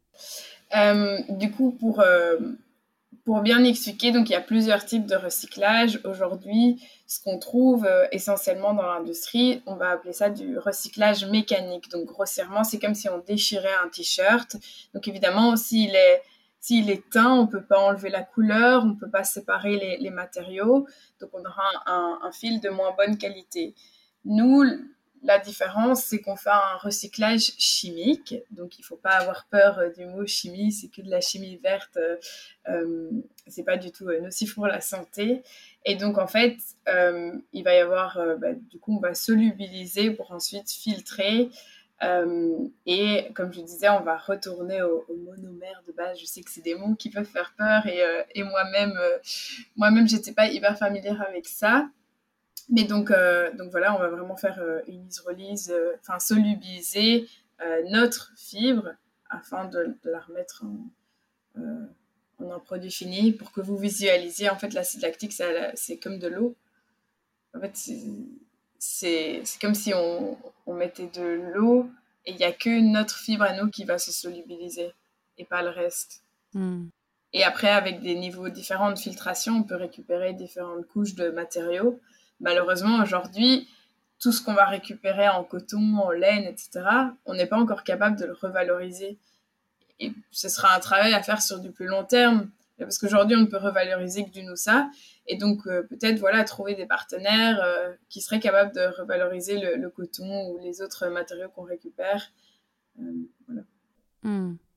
Du coup, pour bien expliquer, donc il y a plusieurs types de recyclage. Aujourd'hui, ce qu'on trouve essentiellement dans l'industrie, on va appeler ça du recyclage mécanique. Donc grossièrement, c'est comme si on déchirait un t-shirt. Donc évidemment, s'il est teint, on ne peut pas enlever la couleur, on ne peut pas séparer les matériaux. Donc on aura un fil de moins bonne qualité. Nous, la différence, c'est qu'on fait un recyclage chimique. Donc, il ne faut pas avoir peur du mot chimie. C'est que de la chimie verte. C'est pas du tout nocif pour la santé. Et donc, en fait, il va y avoir... du coup, on va solubiliser pour ensuite filtrer. Et comme je disais, on va retourner au monomère de base. Je sais que c'est des mots qui peuvent faire peur. Et moi-même, j'étais pas hyper familière avec ça. Mais donc voilà, on va vraiment faire une hydrolyse, solubiliser notre fibre afin de la remettre en un produit fini pour que vous visualisiez. En fait, l'acide lactique, c'est comme de l'eau. En fait, c'est comme si on mettait de l'eau et il n'y a que notre fibre à nous qui va se solubiliser et pas le reste. Et après, avec des niveaux différents de filtration, on peut récupérer différentes couches de matériaux. Malheureusement, aujourd'hui, tout ce qu'on va récupérer en coton, en laine, etc., on n'est pas encore capable de le revaloriser. Et ce sera un travail à faire sur du plus long terme, parce qu'aujourd'hui, on ne peut revaloriser que du Noussa. Et donc, peut-être trouver des partenaires qui seraient capables de revaloriser le coton ou les autres matériaux qu'on récupère.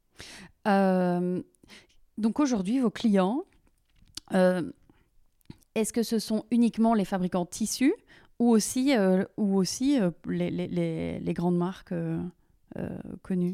Donc aujourd'hui, vos clients, est-ce que ce sont uniquement les fabricants de tissus ou aussi les grandes marques connues?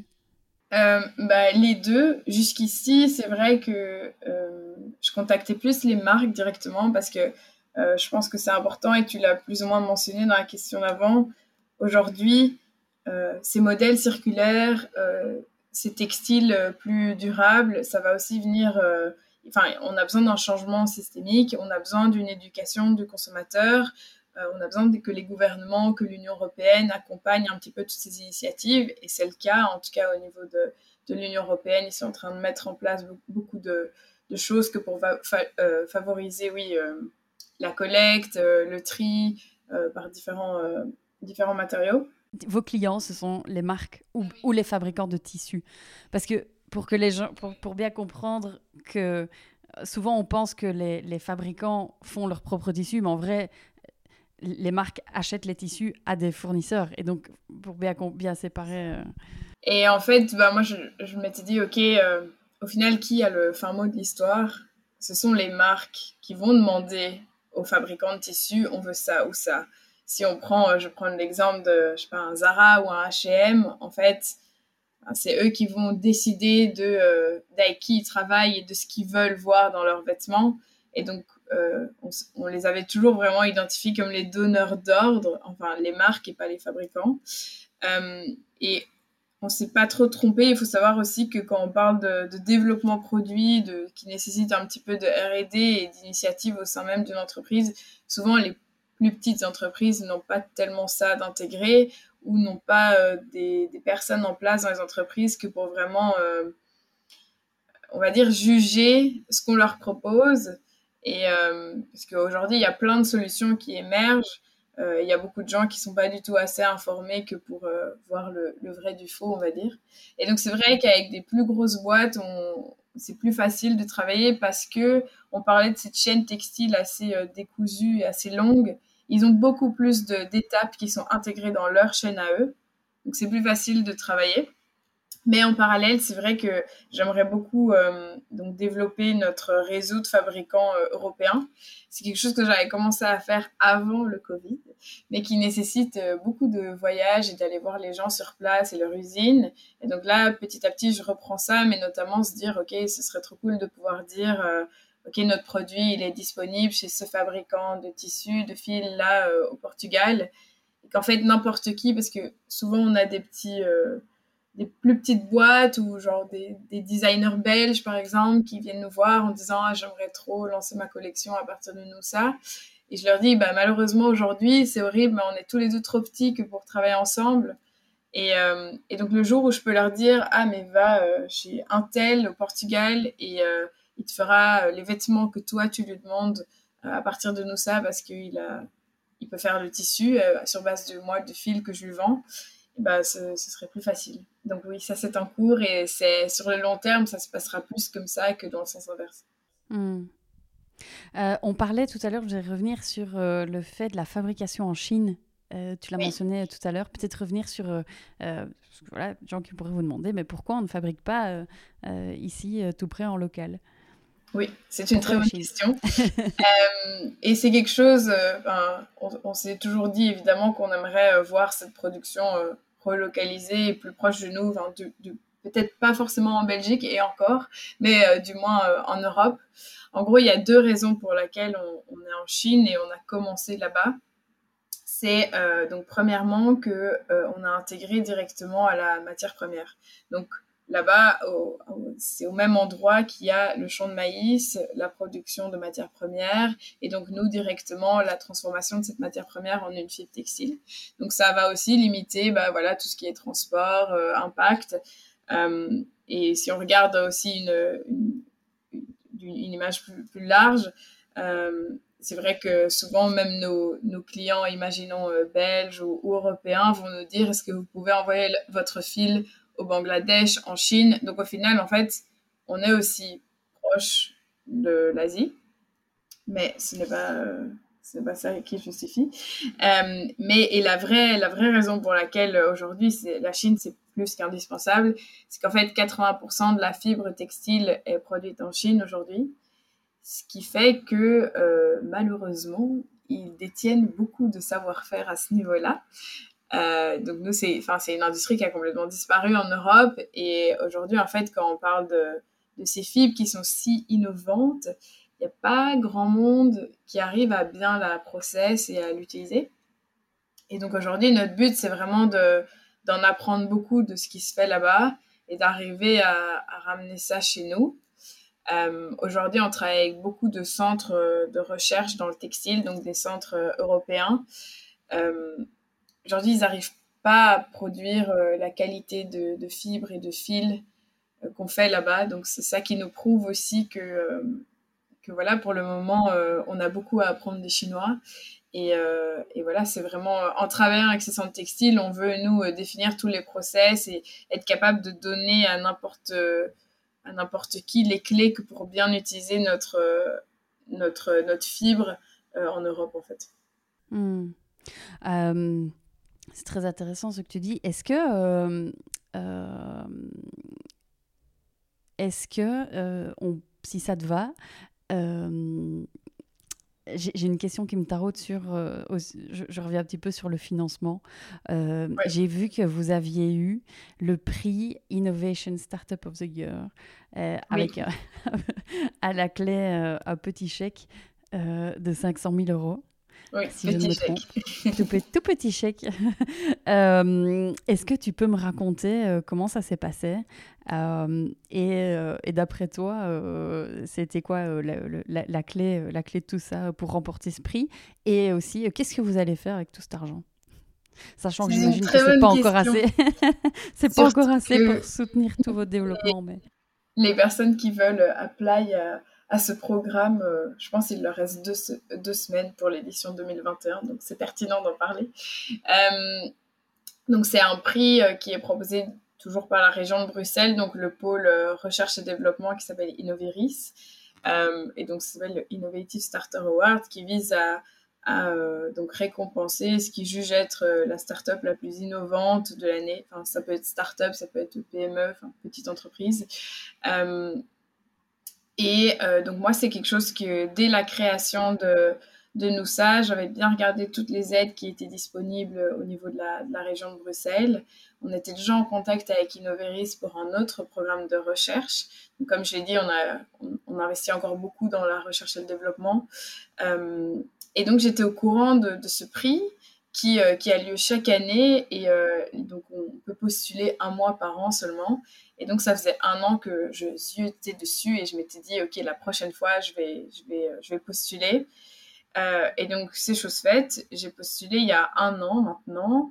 Les deux. Jusqu'ici, c'est vrai que je contactais plus les marques directement parce que je pense que c'est important et tu l'as plus ou moins mentionné dans la question d'avant. Aujourd'hui, ces modèles circulaires, ces textiles plus durables, ça va aussi venir. On a besoin d'un changement systémique, on a besoin d'une éducation du consommateur, on a besoin que les gouvernements, que l'Union européenne accompagnent un petit peu toutes ces initiatives, et c'est le cas, en tout cas au niveau de l'Union européenne. Ils sont en train de mettre en place beaucoup de choses que pour favoriser, la collecte, le tri par différents matériaux. Vos clients, ce sont les marques ou les fabricants de tissus. Parce que pour que les gens, pour bien comprendre que souvent on pense que les fabricants font leurs propres tissus, mais en vrai, les marques achètent les tissus à des fournisseurs. Et donc, pour bien séparer. Et en fait, moi, je m'étais dit, OK, au final, qui a le fin mot de l'histoire? Ce sont les marques qui vont demander aux fabricants de tissus, on veut ça ou ça. Si on prend, je prends l'exemple de, je sais pas, un Zara ou un H&M, en fait, c'est eux qui vont décider d'avec qui ils travaillent et de ce qu'ils veulent voir dans leurs vêtements. Et donc, on les avait toujours vraiment identifiés comme les donneurs d'ordre, enfin les marques et pas les fabricants. Et on s'est pas trop trompé. Il faut savoir aussi que quand on parle de développement produit, qui nécessite un petit peu de R&D et d'initiative au sein même d'une entreprise, souvent les plus petites entreprises n'ont pas tellement ça d'intégrer ou n'ont pas des personnes en place dans les entreprises que pour vraiment, on va dire, juger ce qu'on leur propose. Et parce qu'aujourd'hui, il y a plein de solutions qui émergent. Il y a beaucoup de gens qui sont pas du tout assez informés que pour voir le vrai du faux, on va dire. Et donc, c'est vrai qu'avec des plus grosses boîtes, c'est plus facile de travailler parce que on parlait de cette chaîne textile assez décousue et assez longue. Ils ont beaucoup plus d'étapes qui sont intégrées dans leur chaîne à eux. Donc, c'est plus facile de travailler. Mais en parallèle, c'est vrai que j'aimerais beaucoup donc développer notre réseau de fabricants européens. C'est quelque chose que j'avais commencé à faire avant le Covid, mais qui nécessite beaucoup de voyages et d'aller voir les gens sur place et leur usine. Et donc là, petit à petit, je reprends ça, mais notamment se dire, OK, ce serait trop cool de pouvoir dire, OK, notre produit, il est disponible chez ce fabricant de tissus, de fils, là, au Portugal. Et qu'en fait, n'importe qui, parce que souvent, on a des plus petites boîtes ou genre des designers belges, par exemple, qui viennent nous voir en disant « Ah, j'aimerais trop lancer ma collection à partir de nous, ça ». Et je leur dis, malheureusement, aujourd'hui, c'est horrible, mais on est tous les deux trop petits que pour travailler ensemble. Et donc, le jour où je peux leur dire « Ah, mais va chez Intel au Portugal et il te fera les vêtements que toi, tu lui demandes à partir de nous, ça, parce il peut faire le tissu sur base de moi, de fil que je lui vends. » ce serait plus facile. Donc oui, ça c'est en cours et c'est sur le long terme, ça se passera plus comme ça que dans le sens inverse. On parlait tout à l'heure, je vais revenir sur le fait de la fabrication en Chine. Tu l'as mentionné tout à l'heure. Peut-être revenir sur voilà, gens qui pourraient vous demander, mais pourquoi on ne fabrique pas ici tout près en local? Oui, c'est une très bonne question. Et c'est quelque chose, on s'est toujours dit évidemment qu'on aimerait voir cette production relocalisée et plus proche de nous, peut-être pas forcément en Belgique et encore, mais du moins en Europe. En gros, il y a deux raisons pour lesquelles on est en Chine et on a commencé là-bas. C'est donc premièrement que on a intégré directement à la matière première. Donc là-bas, c'est au même endroit qu'il y a le champ de maïs, la production de matières premières, et donc nous directement la transformation de cette matière première en une fibre textile. Donc ça va aussi limiter, tout ce qui est transport, impact. Et si on regarde aussi une image plus large, c'est vrai que souvent, même nos clients, imaginons belges ou européens, vont nous dire est-ce que vous pouvez envoyer votre fil au Bangladesh, en Chine. Donc au final, en fait, on est aussi proche de l'Asie, mais ce n'est pas ça qui justifie. Et la vraie raison pour laquelle aujourd'hui la Chine c'est plus qu'indispensable, c'est qu'en fait 80% de la fibre textile est produite en Chine aujourd'hui. ce qui fait que malheureusement, ils détiennent beaucoup de savoir-faire à ce niveau-là. Donc nous, c'est une industrie qui a complètement disparu en Europe. Et aujourd'hui, en fait, quand on parle de ces fibres qui sont si innovantes, il n'y a pas grand monde qui arrive à bien la process et à l'utiliser. Et donc aujourd'hui, notre but, c'est vraiment d'en apprendre beaucoup de ce qui se fait là-bas et d'arriver à ramener ça chez nous. Aujourd'hui, on travaille avec beaucoup de centres de recherche dans le textile, donc des centres européens. Aujourd'hui, ils n'arrivent pas à produire la qualité de fibres et de fils qu'on fait là-bas. Donc, c'est ça qui nous prouve aussi que voilà, pour le moment, on a beaucoup à apprendre des Chinois. Et voilà, c'est vraiment en travaillant avec ces centres textiles, on veut, nous, définir tous les process et être capable de donner à n'importe qui les clés que pour bien utiliser notre fibre en Europe, en fait. C'est très intéressant ce que tu dis. Est-ce que si ça te va, j'ai une question qui me taraude sur... je reviens un petit peu sur le financement. Ouais. J'ai vu que vous aviez eu le prix Innovation Startup of the Year avec à la clé un petit chèque de 500 000 euros. Oui, si je ne me trompe. Tout petit chèque. Est-ce que tu peux me raconter comment ça s'est passé et d'après toi, c'était quoi la clé de tout ça pour remporter ce prix? Et aussi, qu'est-ce que vous allez faire avec tout cet argent? Sachant que j'imagine que c'est pas encore assez. C'est pas encore assez pour soutenir tout votre développement. Mais... Les personnes qui veulent apply à ce programme, je pense qu'il leur reste 2 semaines pour l'édition 2021, donc c'est pertinent d'en parler. Donc c'est un prix qui est proposé toujours par la région de Bruxelles, donc le pôle recherche et développement qui s'appelle Innoviris, et donc ça s'appelle le Innovative Starter Award, qui vise à donc récompenser ce qui juge être la start-up la plus innovante de l'année. Enfin, ça peut être start-up, ça peut être PME, enfin petite entreprise. Donc moi, c'est quelque chose que dès la création de Noussa, j'avais bien regardé toutes les aides qui étaient disponibles au niveau de la région de Bruxelles. On était déjà en contact avec Innoveris pour un autre programme de recherche. Donc, comme je l'ai dit, on investit encore beaucoup dans la recherche et le développement. Et donc, j'étais au courant de ce prix qui a lieu chaque année. Et donc, on peut postuler 1 mois par an seulement. Et donc, ça faisait 1 an que je ziotais dessus et je m'étais dit, OK, la prochaine fois, je vais postuler. Et donc, c'est chose faite. J'ai postulé il y a 1 an maintenant.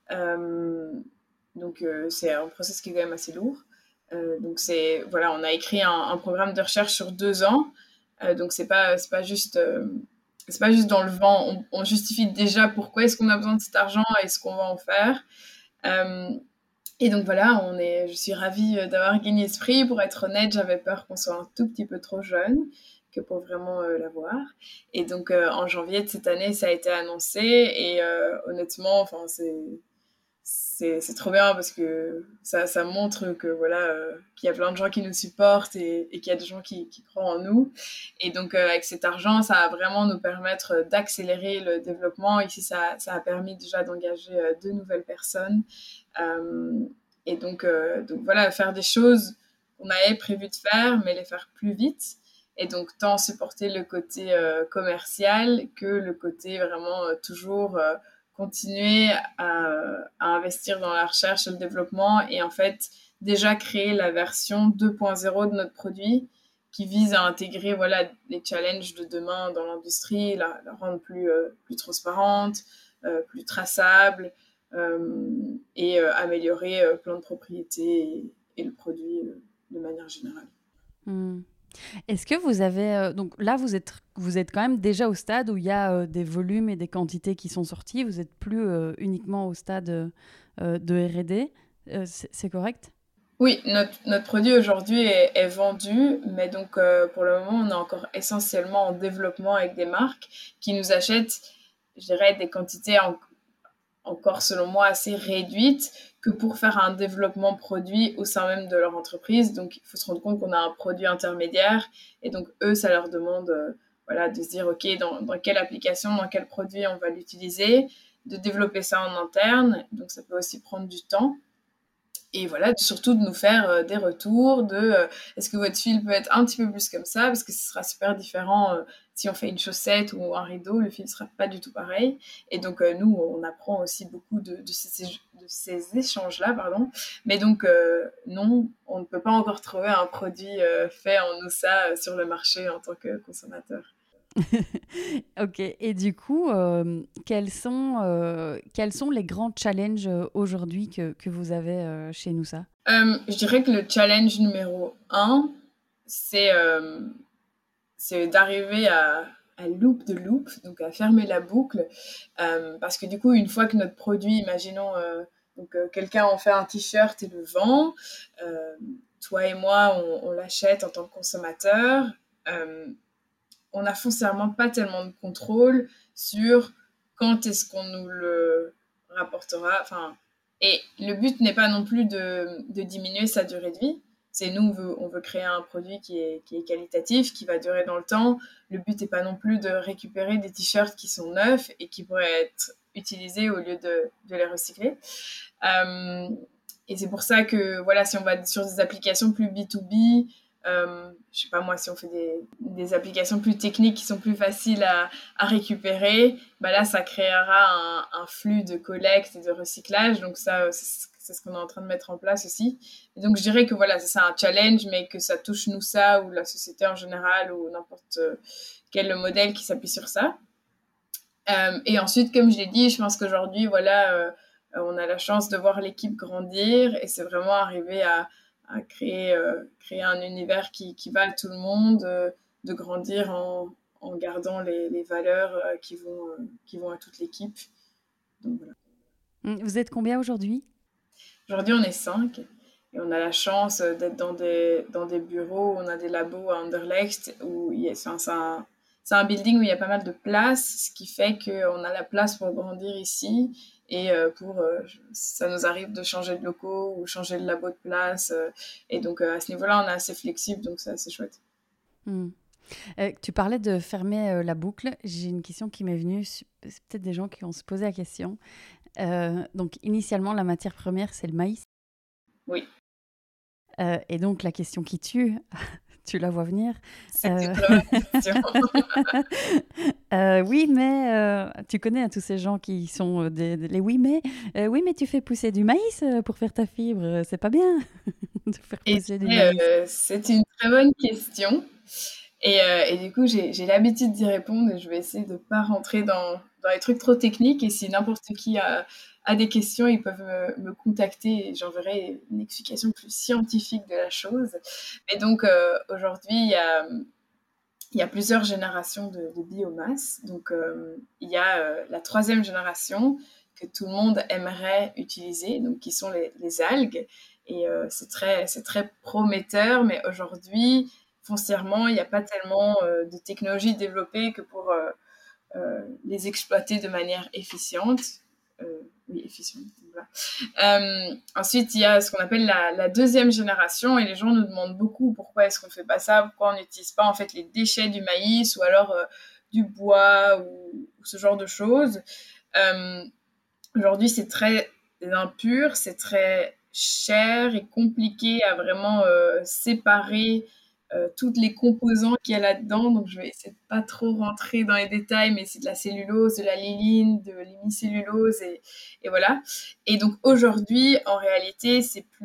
Donc, c'est un process qui est quand même assez lourd. Donc, voilà, on a écrit un programme de recherche sur 2 ans. Donc, c'est pas juste dans le vent. On justifie déjà pourquoi est-ce qu'on a besoin de cet argent et ce qu'on va en faire. Et donc voilà, je suis ravie d'avoir gagné ce prix. Pour être honnête, j'avais peur qu'on soit un tout petit peu trop jeune que pour vraiment l'avoir. Et donc en janvier de cette année, ça a été annoncé. Et honnêtement, enfin, c'est trop bien parce que ça montre que voilà, qu'il y a plein de gens qui nous supportent et qu'il y a des gens qui croient en nous. Et donc avec cet argent, ça va vraiment nous permettre d'accélérer le développement. Ici, ça a permis déjà d'engager 2 nouvelles personnes. Et donc voilà, faire des choses qu'on avait prévu de faire, mais les faire plus vite. Et donc, tant supporter le côté commercial que le côté vraiment toujours continuer à investir dans la recherche et le développement. Et en fait, déjà créer la version 2.0 de notre produit qui vise à intégrer voilà, les challenges de demain dans l'industrie, la rendre plus transparente, plus traçable, et améliorer plein de propriétés et le produit de manière générale. Est-ce que vous avez... donc là, vous êtes quand même déjà au stade où il y a des volumes et des quantités qui sont sortis. Vous n'êtes plus uniquement au stade de R&D. C'est correct? Oui, notre produit aujourd'hui est vendu, mais donc pour le moment, on est encore essentiellement en développement avec des marques qui nous achètent, je dirais, des quantités encore selon moi assez réduites que pour faire un développement produit au sein même de leur entreprise. Donc, il faut se rendre compte qu'on a un produit intermédiaire et donc eux, ça leur demande voilà, de se dire, OK, dans quelle application, dans quel produit on va l'utiliser, de développer ça en interne. Donc, ça peut aussi prendre du temps. Et voilà, surtout de nous faire des retours de est-ce que votre fil peut être un petit peu plus comme ça, parce que ce sera super différent si on fait une chaussette ou un rideau, le fil ne sera pas du tout pareil. Et donc nous, on apprend aussi beaucoup de ces échanges-là, pardon. Mais donc non, on ne peut pas encore trouver un produit fait en OSA sur le marché en tant que consommateur. Ok, et du coup, quels sont les grands challenges aujourd'hui que vous avez chez Noussa? Je dirais que le challenge numéro un, c'est d'arriver à loop de loop, donc à fermer la boucle, parce que du coup, une fois que notre produit, imaginons, quelqu'un en fait un t-shirt et le vend, toi et moi, on l'achète en tant que consommateur, on n'a foncièrement pas tellement de contrôle sur quand est-ce qu'on nous le rapportera. Enfin, et le but n'est pas non plus de diminuer sa durée de vie. C'est nous, on veut créer un produit qui est qualitatif, qui va durer dans le temps. Le but n'est pas non plus de récupérer des t-shirts qui sont neufs et qui pourraient être utilisés au lieu de les recycler. Et c'est pour ça que, voilà, si on va sur des applications plus B2B, je sais pas moi, si on fait des applications plus techniques qui sont plus faciles à récupérer, bah là, ça créera un flux de collecte et de recyclage. Donc ça, c'est ce qu'on est en train de mettre en place aussi. Et donc je dirais que voilà, c'est un challenge, mais que ça touche nous ça ou la société en général ou n'importe quel modèle qui s'appuie sur ça. Et ensuite, comme je l'ai dit, je pense qu'aujourd'hui, voilà, on a la chance de voir l'équipe grandir et c'est vraiment arriver à créer un univers qui va à tout le monde, de grandir en gardant les valeurs qui vont à toute l'équipe. Donc, voilà. Vous êtes combien aujourd'hui? Aujourd'hui, on est 5 et on a la chance d'être dans des bureaux, on a des labos à Anderlecht où c'est un building où il y a pas mal de place, ce qui fait qu'on a la place pour grandir ici et ça nous arrive de changer de locaux ou changer de labo de place. Et donc à ce niveau-là, on est assez flexible, donc c'est assez chouette. Tu parlais de fermer la boucle. J'ai une question qui m'est venue. C'est peut-être des gens qui vont se poser la question. Donc, initialement, la matière première, c'est le maïs. Oui. Et donc, la question qui tue, tu la vois venir. C'est la question. Oui, mais tu connais tous ces gens qui sont les oui, mais tu fais pousser du maïs pour faire ta fibre. C'est pas bien de faire pousser du maïs. C'est une très bonne question. Et du coup, j'ai l'habitude d'y répondre et je vais essayer de ne pas rentrer dans les trucs trop techniques. Et si n'importe qui a des questions, ils peuvent me contacter et j'enverrai une explication plus scientifique de la chose. Mais donc, aujourd'hui, il y a plusieurs générations de biomasse. Donc, il y a la troisième génération que tout le monde aimerait utiliser, donc qui sont les algues. Et c'est très prometteur, mais aujourd'hui, foncièrement, il n'y a pas tellement de technologies développées que pour les exploiter de manière efficiente. Oui, efficiente. Voilà. Ensuite, il y a ce qu'on appelle la deuxième génération et les gens nous demandent beaucoup pourquoi est-ce qu'on ne fait pas ça, pourquoi on n'utilise pas en fait les déchets du maïs ou alors du bois ou ce genre de choses. Aujourd'hui, c'est très impur, c'est très cher et compliqué à vraiment séparer toutes les composants qu'il y a là-dedans. Donc, je vais essayer de pas trop rentrer dans les détails, mais c'est de la cellulose, de la lignine, de l'hémicellulose et voilà. Et donc, aujourd'hui, en réalité,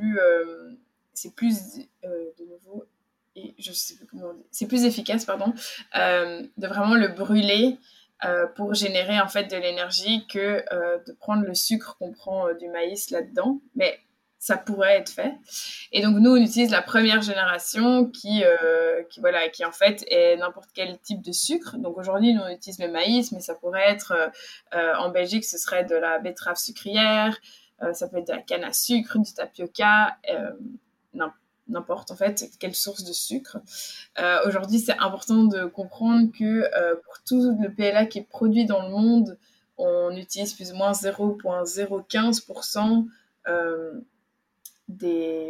c'est plus de nouveau, et je sais plus comment on dit, c'est plus efficace, pardon, de vraiment le brûler pour générer en fait de l'énergie que de prendre le sucre qu'on prend du maïs là-dedans. Mais ça pourrait être fait. Et donc nous, on utilise la première génération voilà, qui en fait est n'importe quel type de sucre. Donc aujourd'hui, nous, on utilise le maïs, mais ça pourrait être, en Belgique, ce serait de la betterave sucrière, ça peut être de la canne à sucre, du tapioca, n'importe en fait quelle source de sucre. Aujourd'hui, c'est important de comprendre que pour tout le PLA qui est produit dans le monde, on utilise plus ou moins 0,015% des,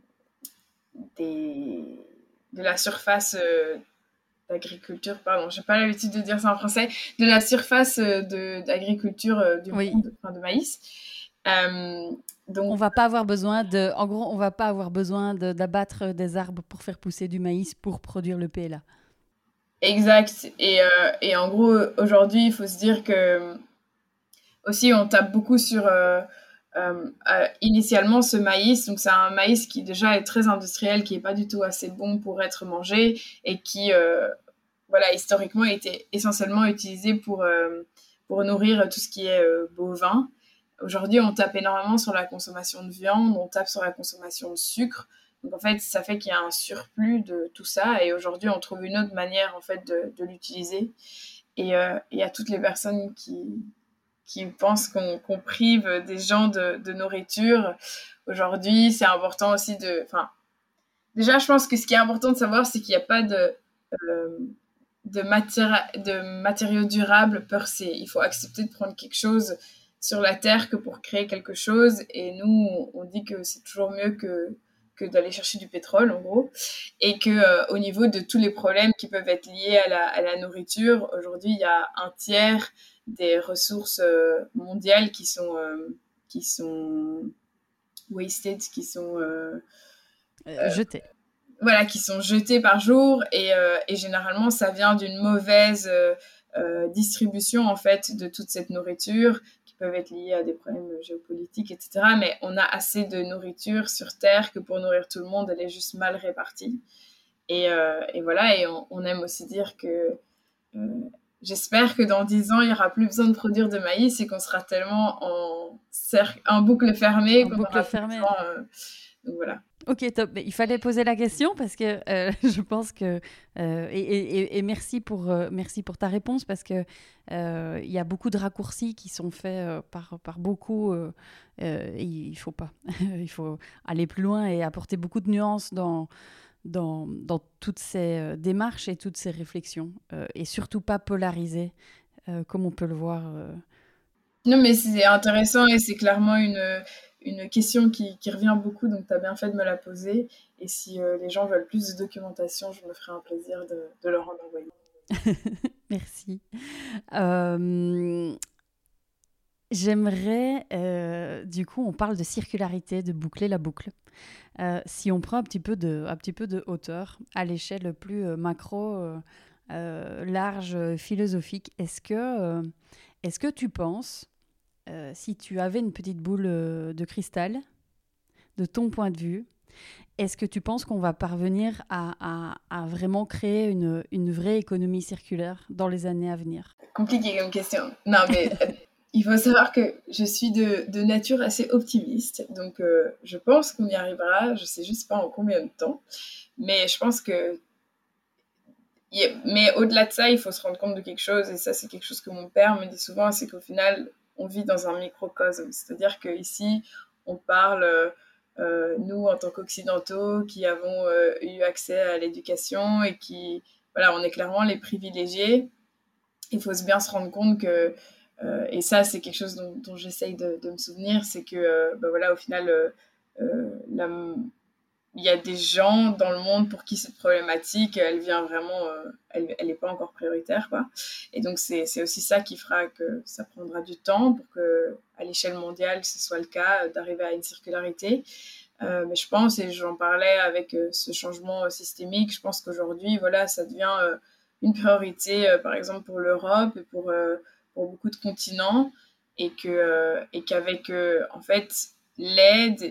des, de la surface d'agriculture, pardon, j'ai pas l'habitude de dire ça en français, de la surface d'agriculture du Oui. monde, enfin de maïs. Euh, On donc, va pas avoir besoin de, en gros, on va pas avoir besoin d'abattre des arbres pour faire pousser du maïs pour produire le PLA. exact. Et en gros, aujourd'hui, il faut se dire que aussi, on tape beaucoup sur initialement ce maïs. Donc, c'est un maïs qui déjà est très industriel, qui est pas du tout assez bon pour être mangé et qui, voilà, historiquement, a été essentiellement utilisé pour nourrir tout ce qui est bovin. Aujourd'hui, on tape énormément sur la consommation de viande, on tape sur la consommation de sucre. Donc, en fait, ça fait qu'il y a un surplus de tout ça. Et aujourd'hui, on trouve une autre manière, en fait, de l'utiliser. Et il y a toutes les personnes qui pensent qu'on prive des gens de nourriture. Aujourd'hui, c'est important aussi de... Enfin, déjà, je pense que ce qui est important de savoir, c'est qu'il n'y a pas euh, de matériaux durables per se. Il faut accepter de prendre quelque chose sur la terre que pour créer quelque chose. Et nous, on dit que c'est toujours mieux que d'aller chercher du pétrole, en gros. Et que au niveau de tous les problèmes qui peuvent être liés à la nourriture, aujourd'hui, il y a un tiers des ressources mondiales qui sont wasted, Jeter. voilà, qui sont jetées par jour et généralement ça vient d'une mauvaise distribution en fait de toute cette nourriture qui peuvent être liées à des problèmes géopolitiques, etc. Mais on a assez de nourriture sur Terre que pour nourrir tout le monde, elle est juste mal répartie. Et voilà, et on aime aussi dire que euh, j'espère que dans 10 ans, il n'y aura plus besoin de produire de maïs et qu'on sera tellement en boucle fermée En qu'on boucle n'aura plus fermée. besoin. Donc voilà. Ok, top. Mais il fallait poser la question parce que je pense que et merci pour ta réponse parce que il y a beaucoup de raccourcis qui sont faits par beaucoup. Et il faut pas. Il faut aller plus loin et apporter beaucoup de nuances dans toutes ces démarches et toutes ces réflexions et surtout pas polariser comme on peut le voir. Non, mais c'est intéressant et c'est clairement une question qui revient beaucoup, donc tu as bien fait de me la poser. Et si les gens veulent plus de documentation, je me ferai un plaisir de leur en envoyer. Merci. Euh, J'aimerais, du coup, on parle de circularité, de boucler la boucle. Si on prend un petit peu de hauteur à l'échelle plus macro, large, philosophique, est-ce que tu penses, si tu avais une petite boule de cristal, de ton point de vue, est-ce que tu penses qu'on va parvenir à vraiment créer une vraie économie circulaire dans les années à venir? Compliqué comme question. Non, mais il faut savoir que je suis de nature assez optimiste, donc je pense qu'on y arrivera. Je sais juste pas en combien de temps, mais je pense que mais au-delà de ça, il faut se rendre compte de quelque chose, et ça, c'est quelque chose que mon père me dit souvent, c'est qu'au final, on vit dans un microcosme. C'est-à-dire qu'ici, on parle, nous, en tant qu'Occidentaux, qui avons eu accès à l'éducation et qui, voilà, on est clairement les privilégiés. Il faut bien se rendre compte que, et ça, c'est quelque chose dont j'essaye de me souvenir, c'est que, bah voilà, au final, la, il y a des gens dans le monde pour qui cette problématique, elle vient vraiment, elle n'est pas encore prioritaire, quoi. Et donc, c'est aussi ça qui fera que ça prendra du temps pour que, à l'échelle mondiale, ce soit le cas, d'arriver à une circularité. Mais je pense, et j'en parlais avec ce changement systémique, je pense qu'aujourd'hui, voilà, ça devient une priorité, par exemple, pour l'Europe et pour beaucoup de continents, et qu'avec, en fait, l'aide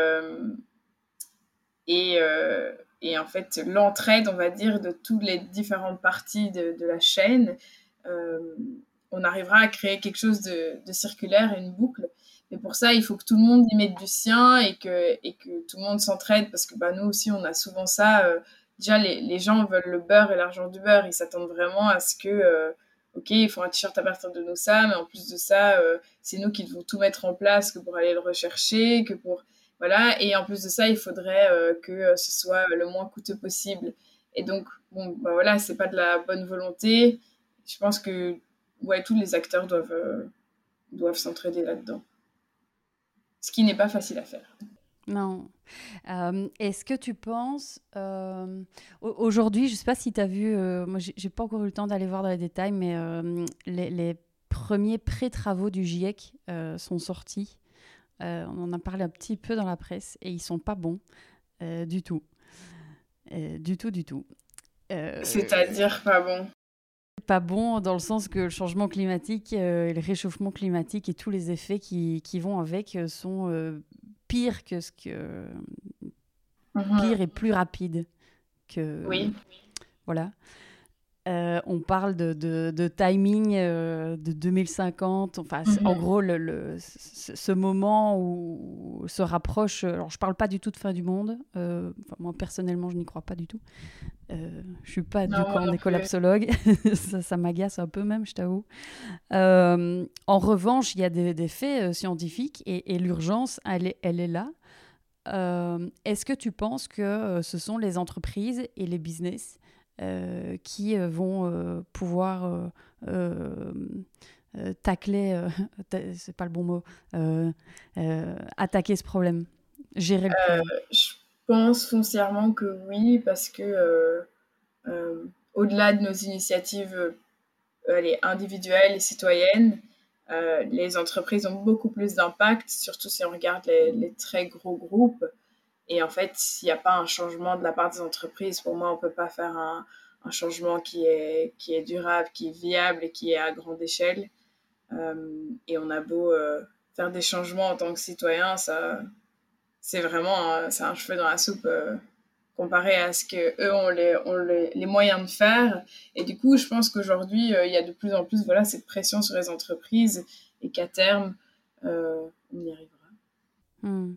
et, euh, et en fait l'entraide, on va dire, de toutes les différentes parties de la chaîne, euh, on arrivera à créer quelque chose de circulaire, une boucle. Mais pour ça, il faut que tout le monde y mette du sien et que tout le monde s'entraide parce que bah, nous aussi, on a souvent ça. Déjà, les gens veulent le beurre et l'argent du beurre. Ils s'attendent vraiment à ce que, ok, il faut un t-shirt à partir de nos ça, mais en plus de ça, c'est nous qui devons tout mettre en place que pour aller le rechercher, que pour voilà, et en plus de ça, il faudrait que ce soit le moins coûteux possible. Et donc, bon, bah voilà, c'est pas de la bonne volonté. Je pense que ouais, tous les acteurs doivent s'entraider là-dedans. ce qui n'est pas facile à faire. Non. Est-ce que tu penses, aujourd'hui, je ne sais pas si tu as vu, moi j'ai pas encore eu le temps d'aller voir dans les détails, mais les premiers pré-travaux du GIEC sont sortis. On en a parlé un petit peu dans la presse et ils sont pas bons du tout. Du tout, du tout. C'est-à-dire pas bon. Pas bon dans le sens que le changement climatique, le réchauffement climatique et tous les effets qui vont avec sont pires que pire et plus rapide que Oui. voilà. On parle de timing de 2050. Enfin, en gros, ce moment où se rapproche. Alors, je parle pas du tout de fin du monde. Moi, personnellement, je n'y crois pas du tout. Je suis pas du Non, moi camp non des plus. collapsologues. Ça m'agace un peu même, je t'avoue. En revanche, il y a des faits scientifiques et l'urgence, elle est là. Est-ce que tu penses que ce sont les entreprises et les business qui vont pouvoir tacler, c'est pas le bon mot, attaquer ce problème, gérer le problème? Je pense foncièrement que oui, parce que au-delà de nos initiatives les individuelles et citoyennes, les entreprises ont beaucoup plus d'impact, surtout si on regarde les très gros groupes. Et en fait, s'il n'y a pas un changement de la part des entreprises, pour moi, on ne peut pas faire un changement qui est durable, qui est viable et qui est à grande échelle. Et on a beau faire des changements en tant que citoyen, ça, c'est vraiment c'est un cheveu dans la soupe comparé à ce qu'eux ont les moyens de faire. Et du coup, je pense qu'aujourd'hui, il y a de plus en plus voilà, cette pression sur les entreprises et qu'à terme, on y arrivera. Hmm.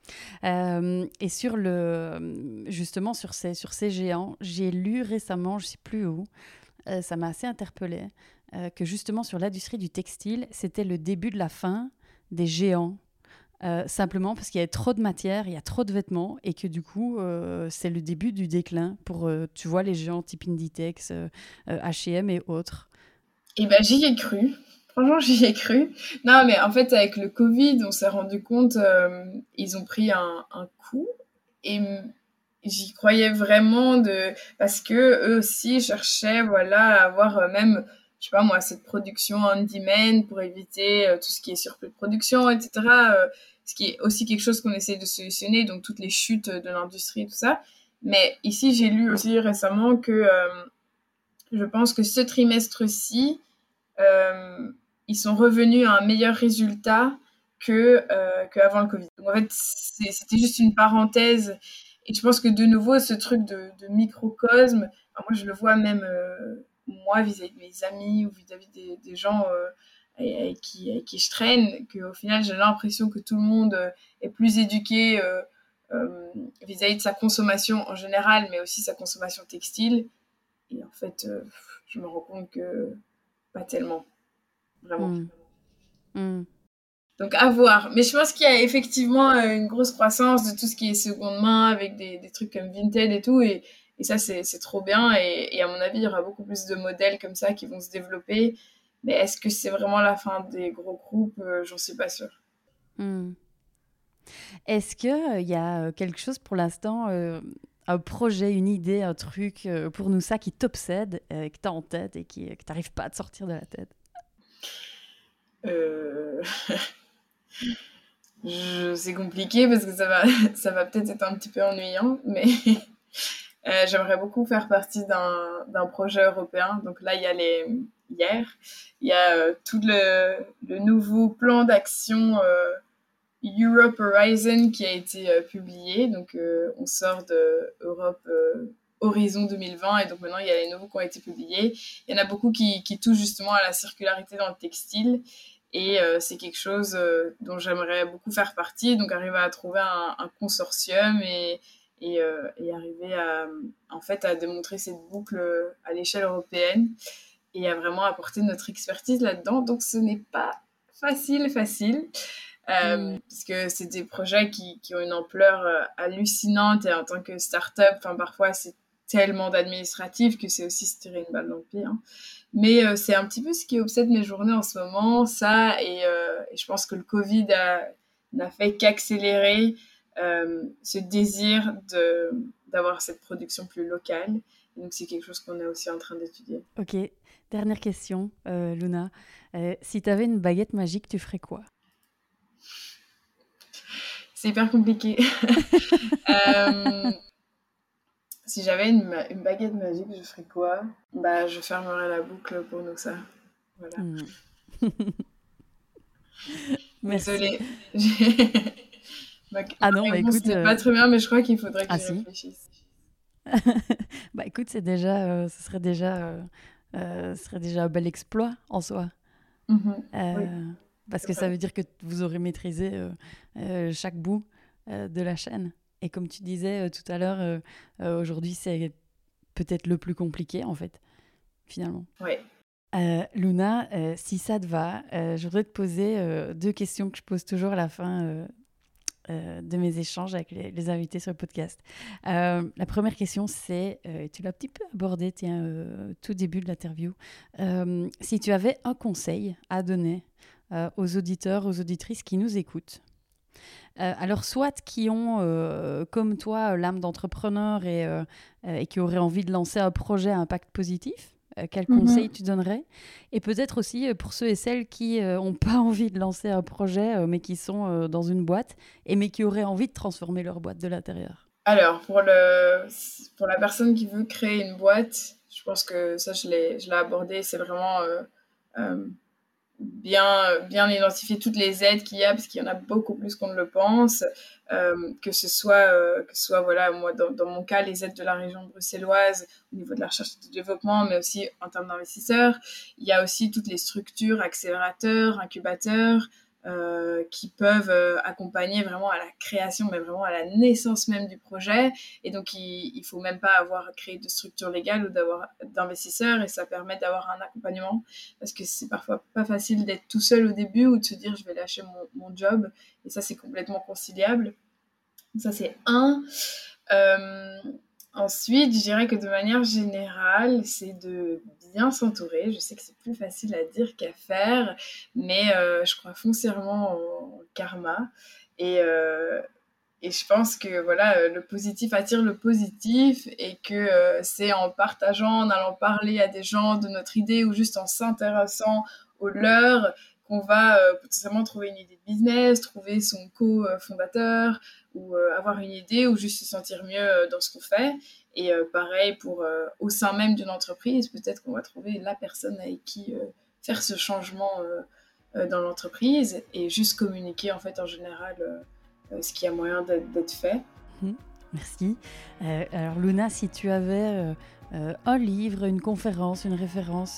Et justement sur ces géants, j'ai lu récemment, je ne sais plus où, ça m'a assez interpellée, que justement sur l'industrie du textile, c'était le début de la fin des géants. Simplement parce qu'il y a trop de matière, il y a trop de vêtements et que du coup, c'est le début du déclin pour, tu vois, les géants type Inditex, H&M et autres. Et ben j'y ai cru. Franchement, j'y ai cru. Non, mais en fait, avec le Covid, on s'est rendu compte, ils ont pris un coup. Et j'y croyais vraiment parce que eux aussi cherchaient, voilà, à avoir même, je sais pas moi, cette production on demand pour éviter tout ce qui est surplus de production, etc. Ce qui est aussi quelque chose qu'on essaie de solutionner, donc toutes les chutes de l'industrie et tout ça. Mais ici, j'ai lu aussi récemment que je pense que ce trimestre-ci, euh, ils sont revenus à un meilleur résultat qu'avant le Covid. Donc en fait, c'était juste une parenthèse. Et je pense que de nouveau, ce truc de microcosme, moi je le vois même moi vis-à-vis de mes amis ou vis-à-vis des gens avec qui je traîne, qu'au final j'ai l'impression que tout le monde est plus éduqué vis-à-vis de sa consommation en général, mais aussi sa consommation textile. Et en fait, je me rends compte que pas tellement, vraiment. Hmm. Hmm. Donc à voir. Mais je pense qu'il y a effectivement une grosse croissance de tout ce qui est seconde main avec des trucs comme Vinted et tout. Et ça, c'est trop bien. Et à mon avis, il y aura beaucoup plus de modèles comme ça qui vont se développer. Mais est-ce que c'est vraiment la fin des gros groupes? J'en suis pas sûre. Hmm. Est-ce qu'il y a quelque chose pour l'instant, un projet, une idée, un truc pour nous, ça qui t'obsède, que tu as en tête et que tu n'arrives pas à te sortir de la tête? Euh... C'est compliqué parce que ça va peut-être être un petit peu ennuyant, mais j'aimerais beaucoup faire partie d'un projet européen. Donc là, hier, il y a tout le nouveau plan d'action Europe Horizon qui a été publié. Donc on sort de Europe Horizon 2020 et donc maintenant il y a les nouveaux qui ont été publiés. Il y en a beaucoup qui touchent justement à la circularité dans le textile. Et c'est quelque chose dont j'aimerais beaucoup faire partie, donc arriver à trouver un consortium et arriver en fait, à démontrer cette boucle à l'échelle européenne et à vraiment apporter notre expertise là-dedans. Donc ce n'est pas facile, Hmm. parce que c'est des projets qui ont une ampleur hallucinante et en tant que start-up, parfois c'est tellement d'administratifs que c'est aussi se tirer une balle dans le pied. Hein. Mais c'est un petit peu ce qui obsède mes journées en ce moment, ça, et je pense que le Covid n'a fait qu'accélérer ce désir d'avoir cette production plus locale. Et donc, c'est quelque chose qu'on est aussi en train d'étudier. Ok, dernière question, Luna. Si tu avais une baguette magique, tu ferais quoi? C'est hyper compliqué. Si j'avais une baguette magique, je ferais quoi? Bah, je fermerais la boucle pour Noxa. Voilà. Merci. Désolée. Ah Ma non, bah réponse écoute, n'est pas très bien, mais je crois qu'il faudrait que ah j'y si. réfléchisse. Bah écoute, ce serait déjà un bel exploit en soi. Oui, Parce c'est que ça vrai. veut dire que vous aurez maîtrisé chaque bout de la chaîne. Et comme tu disais tout à l'heure, aujourd'hui c'est peut-être le plus compliqué en fait, finalement. Ouais. Luna, si ça te va, je voudrais te poser 2 questions que je pose toujours à la fin de mes échanges avec les invités sur le podcast. La première question, c'est, tu l'as un petit peu abordé, tiens, tout début de l'interview. Si tu avais un conseil à donner aux auditeurs, aux auditrices qui nous écoutent, alors soit qui ont, comme toi, l'âme d'entrepreneur et qui auraient envie de lancer un projet à impact positif, quel conseil tu donnerais? Et peut-être aussi pour ceux et celles qui n'ont pas envie de lancer un projet, mais qui sont dans une boîte, mais qui auraient envie de transformer leur boîte de l'intérieur. Alors, pour la personne qui veut créer une boîte, je pense que ça, je l'ai abordé. C'est vraiment euh, bien identifier toutes les aides qu'il y a, parce qu'il y en a beaucoup plus qu'on ne le pense. Que ce soit voilà, moi, dans mon cas, les aides de la région bruxelloise au niveau de la recherche et du développement, mais aussi en termes d'investisseurs. Il y a aussi toutes les structures, accélérateurs, incubateurs, qui peuvent accompagner vraiment à la création, mais vraiment à la naissance même du projet. Et donc, il faut même pas avoir créé de structure légale ou d'avoir d'investisseurs, et ça permet d'avoir un accompagnement, parce que c'est parfois pas facile d'être tout seul au début ou de se dire je vais lâcher mon job, et ça c'est complètement conciliable. Ça c'est un. Euh, Ensuite, je dirais que de manière générale, c'est de bien s'entourer. Je sais que c'est plus facile à dire qu'à faire, mais je crois foncièrement en karma. Et, euh, et je pense que voilà, le positif attire le positif, et que c'est en partageant, en allant parler à des gens de notre idée, ou juste en s'intéressant aux leurs, qu'on va potentiellement trouver une idée de business, trouver son co-fondateur, ou avoir une idée, ou juste se sentir mieux dans ce qu'on fait. Et pareil pour au sein même d'une entreprise, peut-être qu'on va trouver la personne avec qui faire ce changement dans l'entreprise, et juste communiquer en fait en général ce qui a moyen d'être fait. Merci. Alors Luna, si tu avais un livre, une conférence, une référence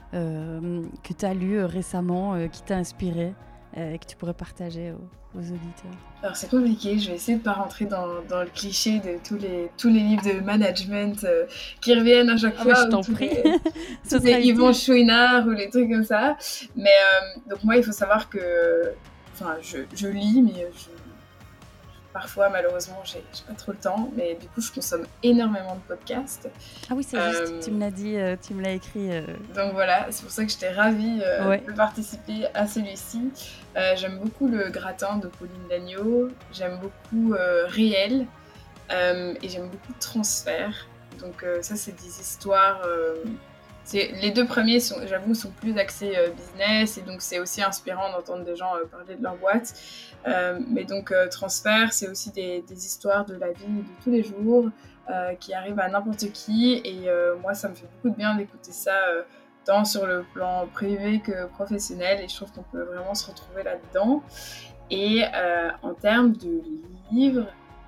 que tu as lu récemment, qui t'a inspiré, et que tu pourrais partager aux auditeurs. Alors c'est compliqué, je vais essayer de ne pas rentrer dans le cliché de tous les livres de management qui reviennent à chaque fois, Je ou t'en tous prie. les Yvon Chouinard ou les trucs comme ça. Mais donc moi, il faut savoir que je lis, mais parfois, malheureusement, j'ai pas trop le temps, mais du coup, je consomme énormément de podcasts. Ah oui, c'est juste, tu me l'as dit, tu me l'as écrit. Donc voilà, c'est pour ça que j'étais ravie de participer à celui-ci. J'aime beaucoup le gratin de Pauline Dagneau, j'aime beaucoup Réel, et j'aime beaucoup Transfert. Donc ça, c'est des histoires... les deux premiers, j'avoue, sont plus axés business, et donc c'est aussi inspirant d'entendre des gens parler de leur boîte. Mais donc Transfert, c'est aussi des histoires de la vie de tous les jours qui arrivent à n'importe qui, et moi, ça me fait beaucoup de bien d'écouter ça, tant sur le plan privé que professionnel, et je trouve qu'on peut vraiment se retrouver là-dedans. Et en termes de livres,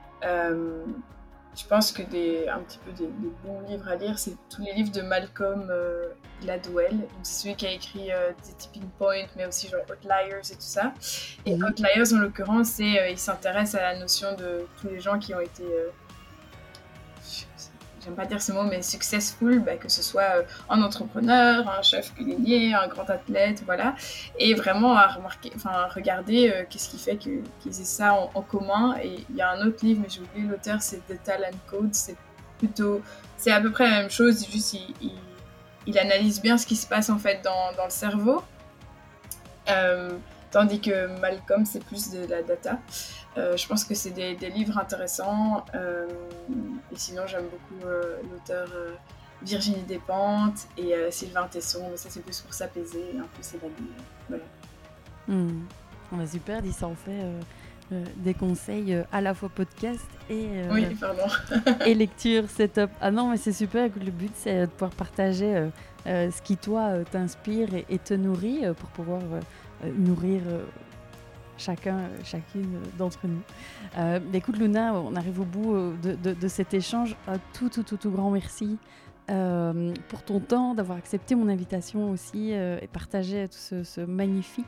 je pense que un petit peu des bons livres à lire, c'est tous les livres de Malcolm Gladwell. Donc c'est celui qui a écrit The Tipping Point, mais aussi genre Outliers et tout ça. Et Outliers, en l'occurrence, il s'intéresse à la notion de tous les gens qui ont été... j'aime pas dire ce mot, mais successful, que ce soit un entrepreneur, un chef cuisinier, un grand athlète, voilà. Et vraiment à regarder qu'est-ce qui fait qu'ils aient ça en commun. Et il y a un autre livre, mais j'ai oublié l'auteur, c'est The Talent Code. C'est à peu près la même chose, juste il analyse bien ce qui se passe en fait dans le cerveau. tandis que Malcolm, c'est plus de la data. Je pense que c'est des livres intéressants. Et sinon, j'aime beaucoup l'auteur Virginie Despentes et Sylvain Tesson, mais ça, c'est plus pour s'apaiser et un peu s'évader. Voilà. Super, dit ça en fait des conseils à la fois podcast et, oui, pardon. et lecture, c'est top. Ah non, mais c'est super, le but c'est de pouvoir partager ce qui toi t'inspire et te nourrit pour pouvoir nourrir chacune d'entre nous. Écoute Luna, on arrive au bout de cet échange. Un tout grand merci pour ton temps, d'avoir accepté mon invitation aussi et partagé tout ce magnifique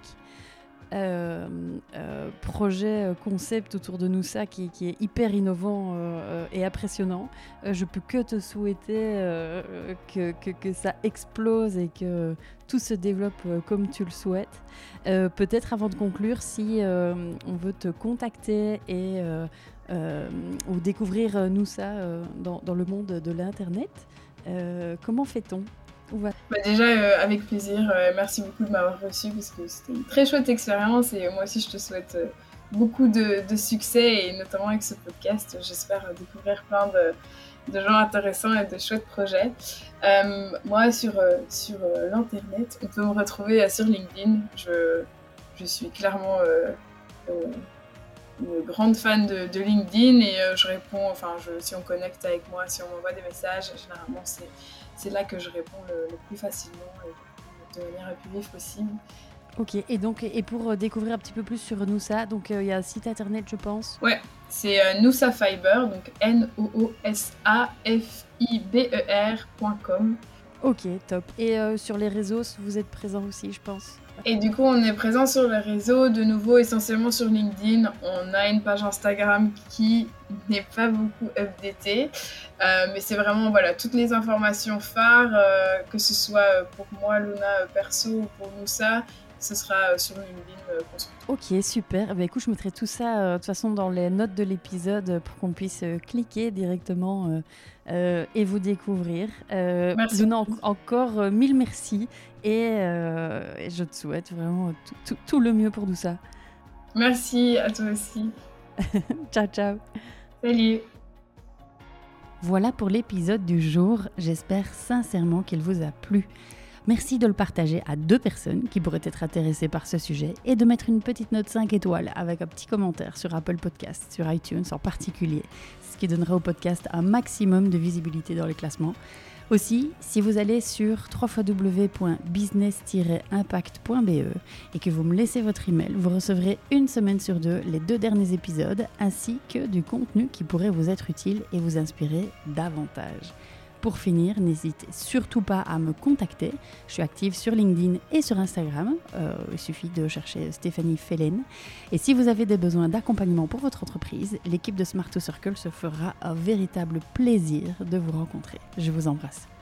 projet, concept autour de Noussa qui est hyper innovant et impressionnant. Je peux que te souhaiter que ça explose et que tout se développe comme tu le souhaites. Peut-être avant de conclure, si on veut te contacter et ou découvrir Noussa dans le monde de l'internet, comment fait-on ? Déjà, avec plaisir. Merci beaucoup de m'avoir reçu parce que c'était une très chouette expérience et moi aussi, je te souhaite beaucoup de succès et notamment avec ce podcast. J'espère découvrir plein de gens intéressants et de chouettes projets. Moi, sur l'internet, on peut me retrouver sur LinkedIn. Je suis clairement une grande fan de LinkedIn et je réponds, si on connecte avec moi, si on m'envoie des messages, généralement c'est là que je réponds le plus facilement et de manière la plus vive possible. Ok, et pour découvrir un petit peu plus sur Noussa, donc il y a un site internet, je pense. Ouais, c'est Noussa Fiber, donc NOOSAFIBER.com. Ok, top. Et sur les réseaux, vous êtes présent aussi, je pense. Et du coup, on est présent sur les réseaux, de nouveau essentiellement sur LinkedIn. On a une page Instagram qui n'est pas beaucoup updatée, mais c'est vraiment toutes les informations phares, que ce soit pour moi, Luna perso ou pour Noussa, ce sera sur LinkedIn qu'on se retrouve. Ok, super. Écoute, je mettrai tout ça de toute façon dans les notes de l'épisode pour qu'on puisse cliquer directement et vous découvrir. Merci. Luna, encore mille merci et je te souhaite vraiment tout le mieux pour tout ça. Merci à toi aussi. Ciao, ciao. Salut. Voilà pour l'épisode du jour. J'espère sincèrement qu'il vous a plu. Merci de le partager à 2 personnes qui pourraient être intéressées par ce sujet et de mettre une petite note 5 étoiles avec un petit commentaire sur Apple Podcasts, sur iTunes en particulier, ce qui donnera au podcast un maximum de visibilité dans les classements. Aussi, si vous allez sur www.business-impact.be et que vous me laissez votre email, vous recevrez une semaine sur 2 les 2 derniers épisodes ainsi que du contenu qui pourrait vous être utile et vous inspirer davantage. Pour finir, n'hésitez surtout pas à me contacter. Je suis active sur LinkedIn et sur Instagram. Il suffit de chercher Stéphanie Fellen. Et si vous avez des besoins d'accompagnement pour votre entreprise, l'équipe de Smart2Circle se fera un véritable plaisir de vous rencontrer. Je vous embrasse.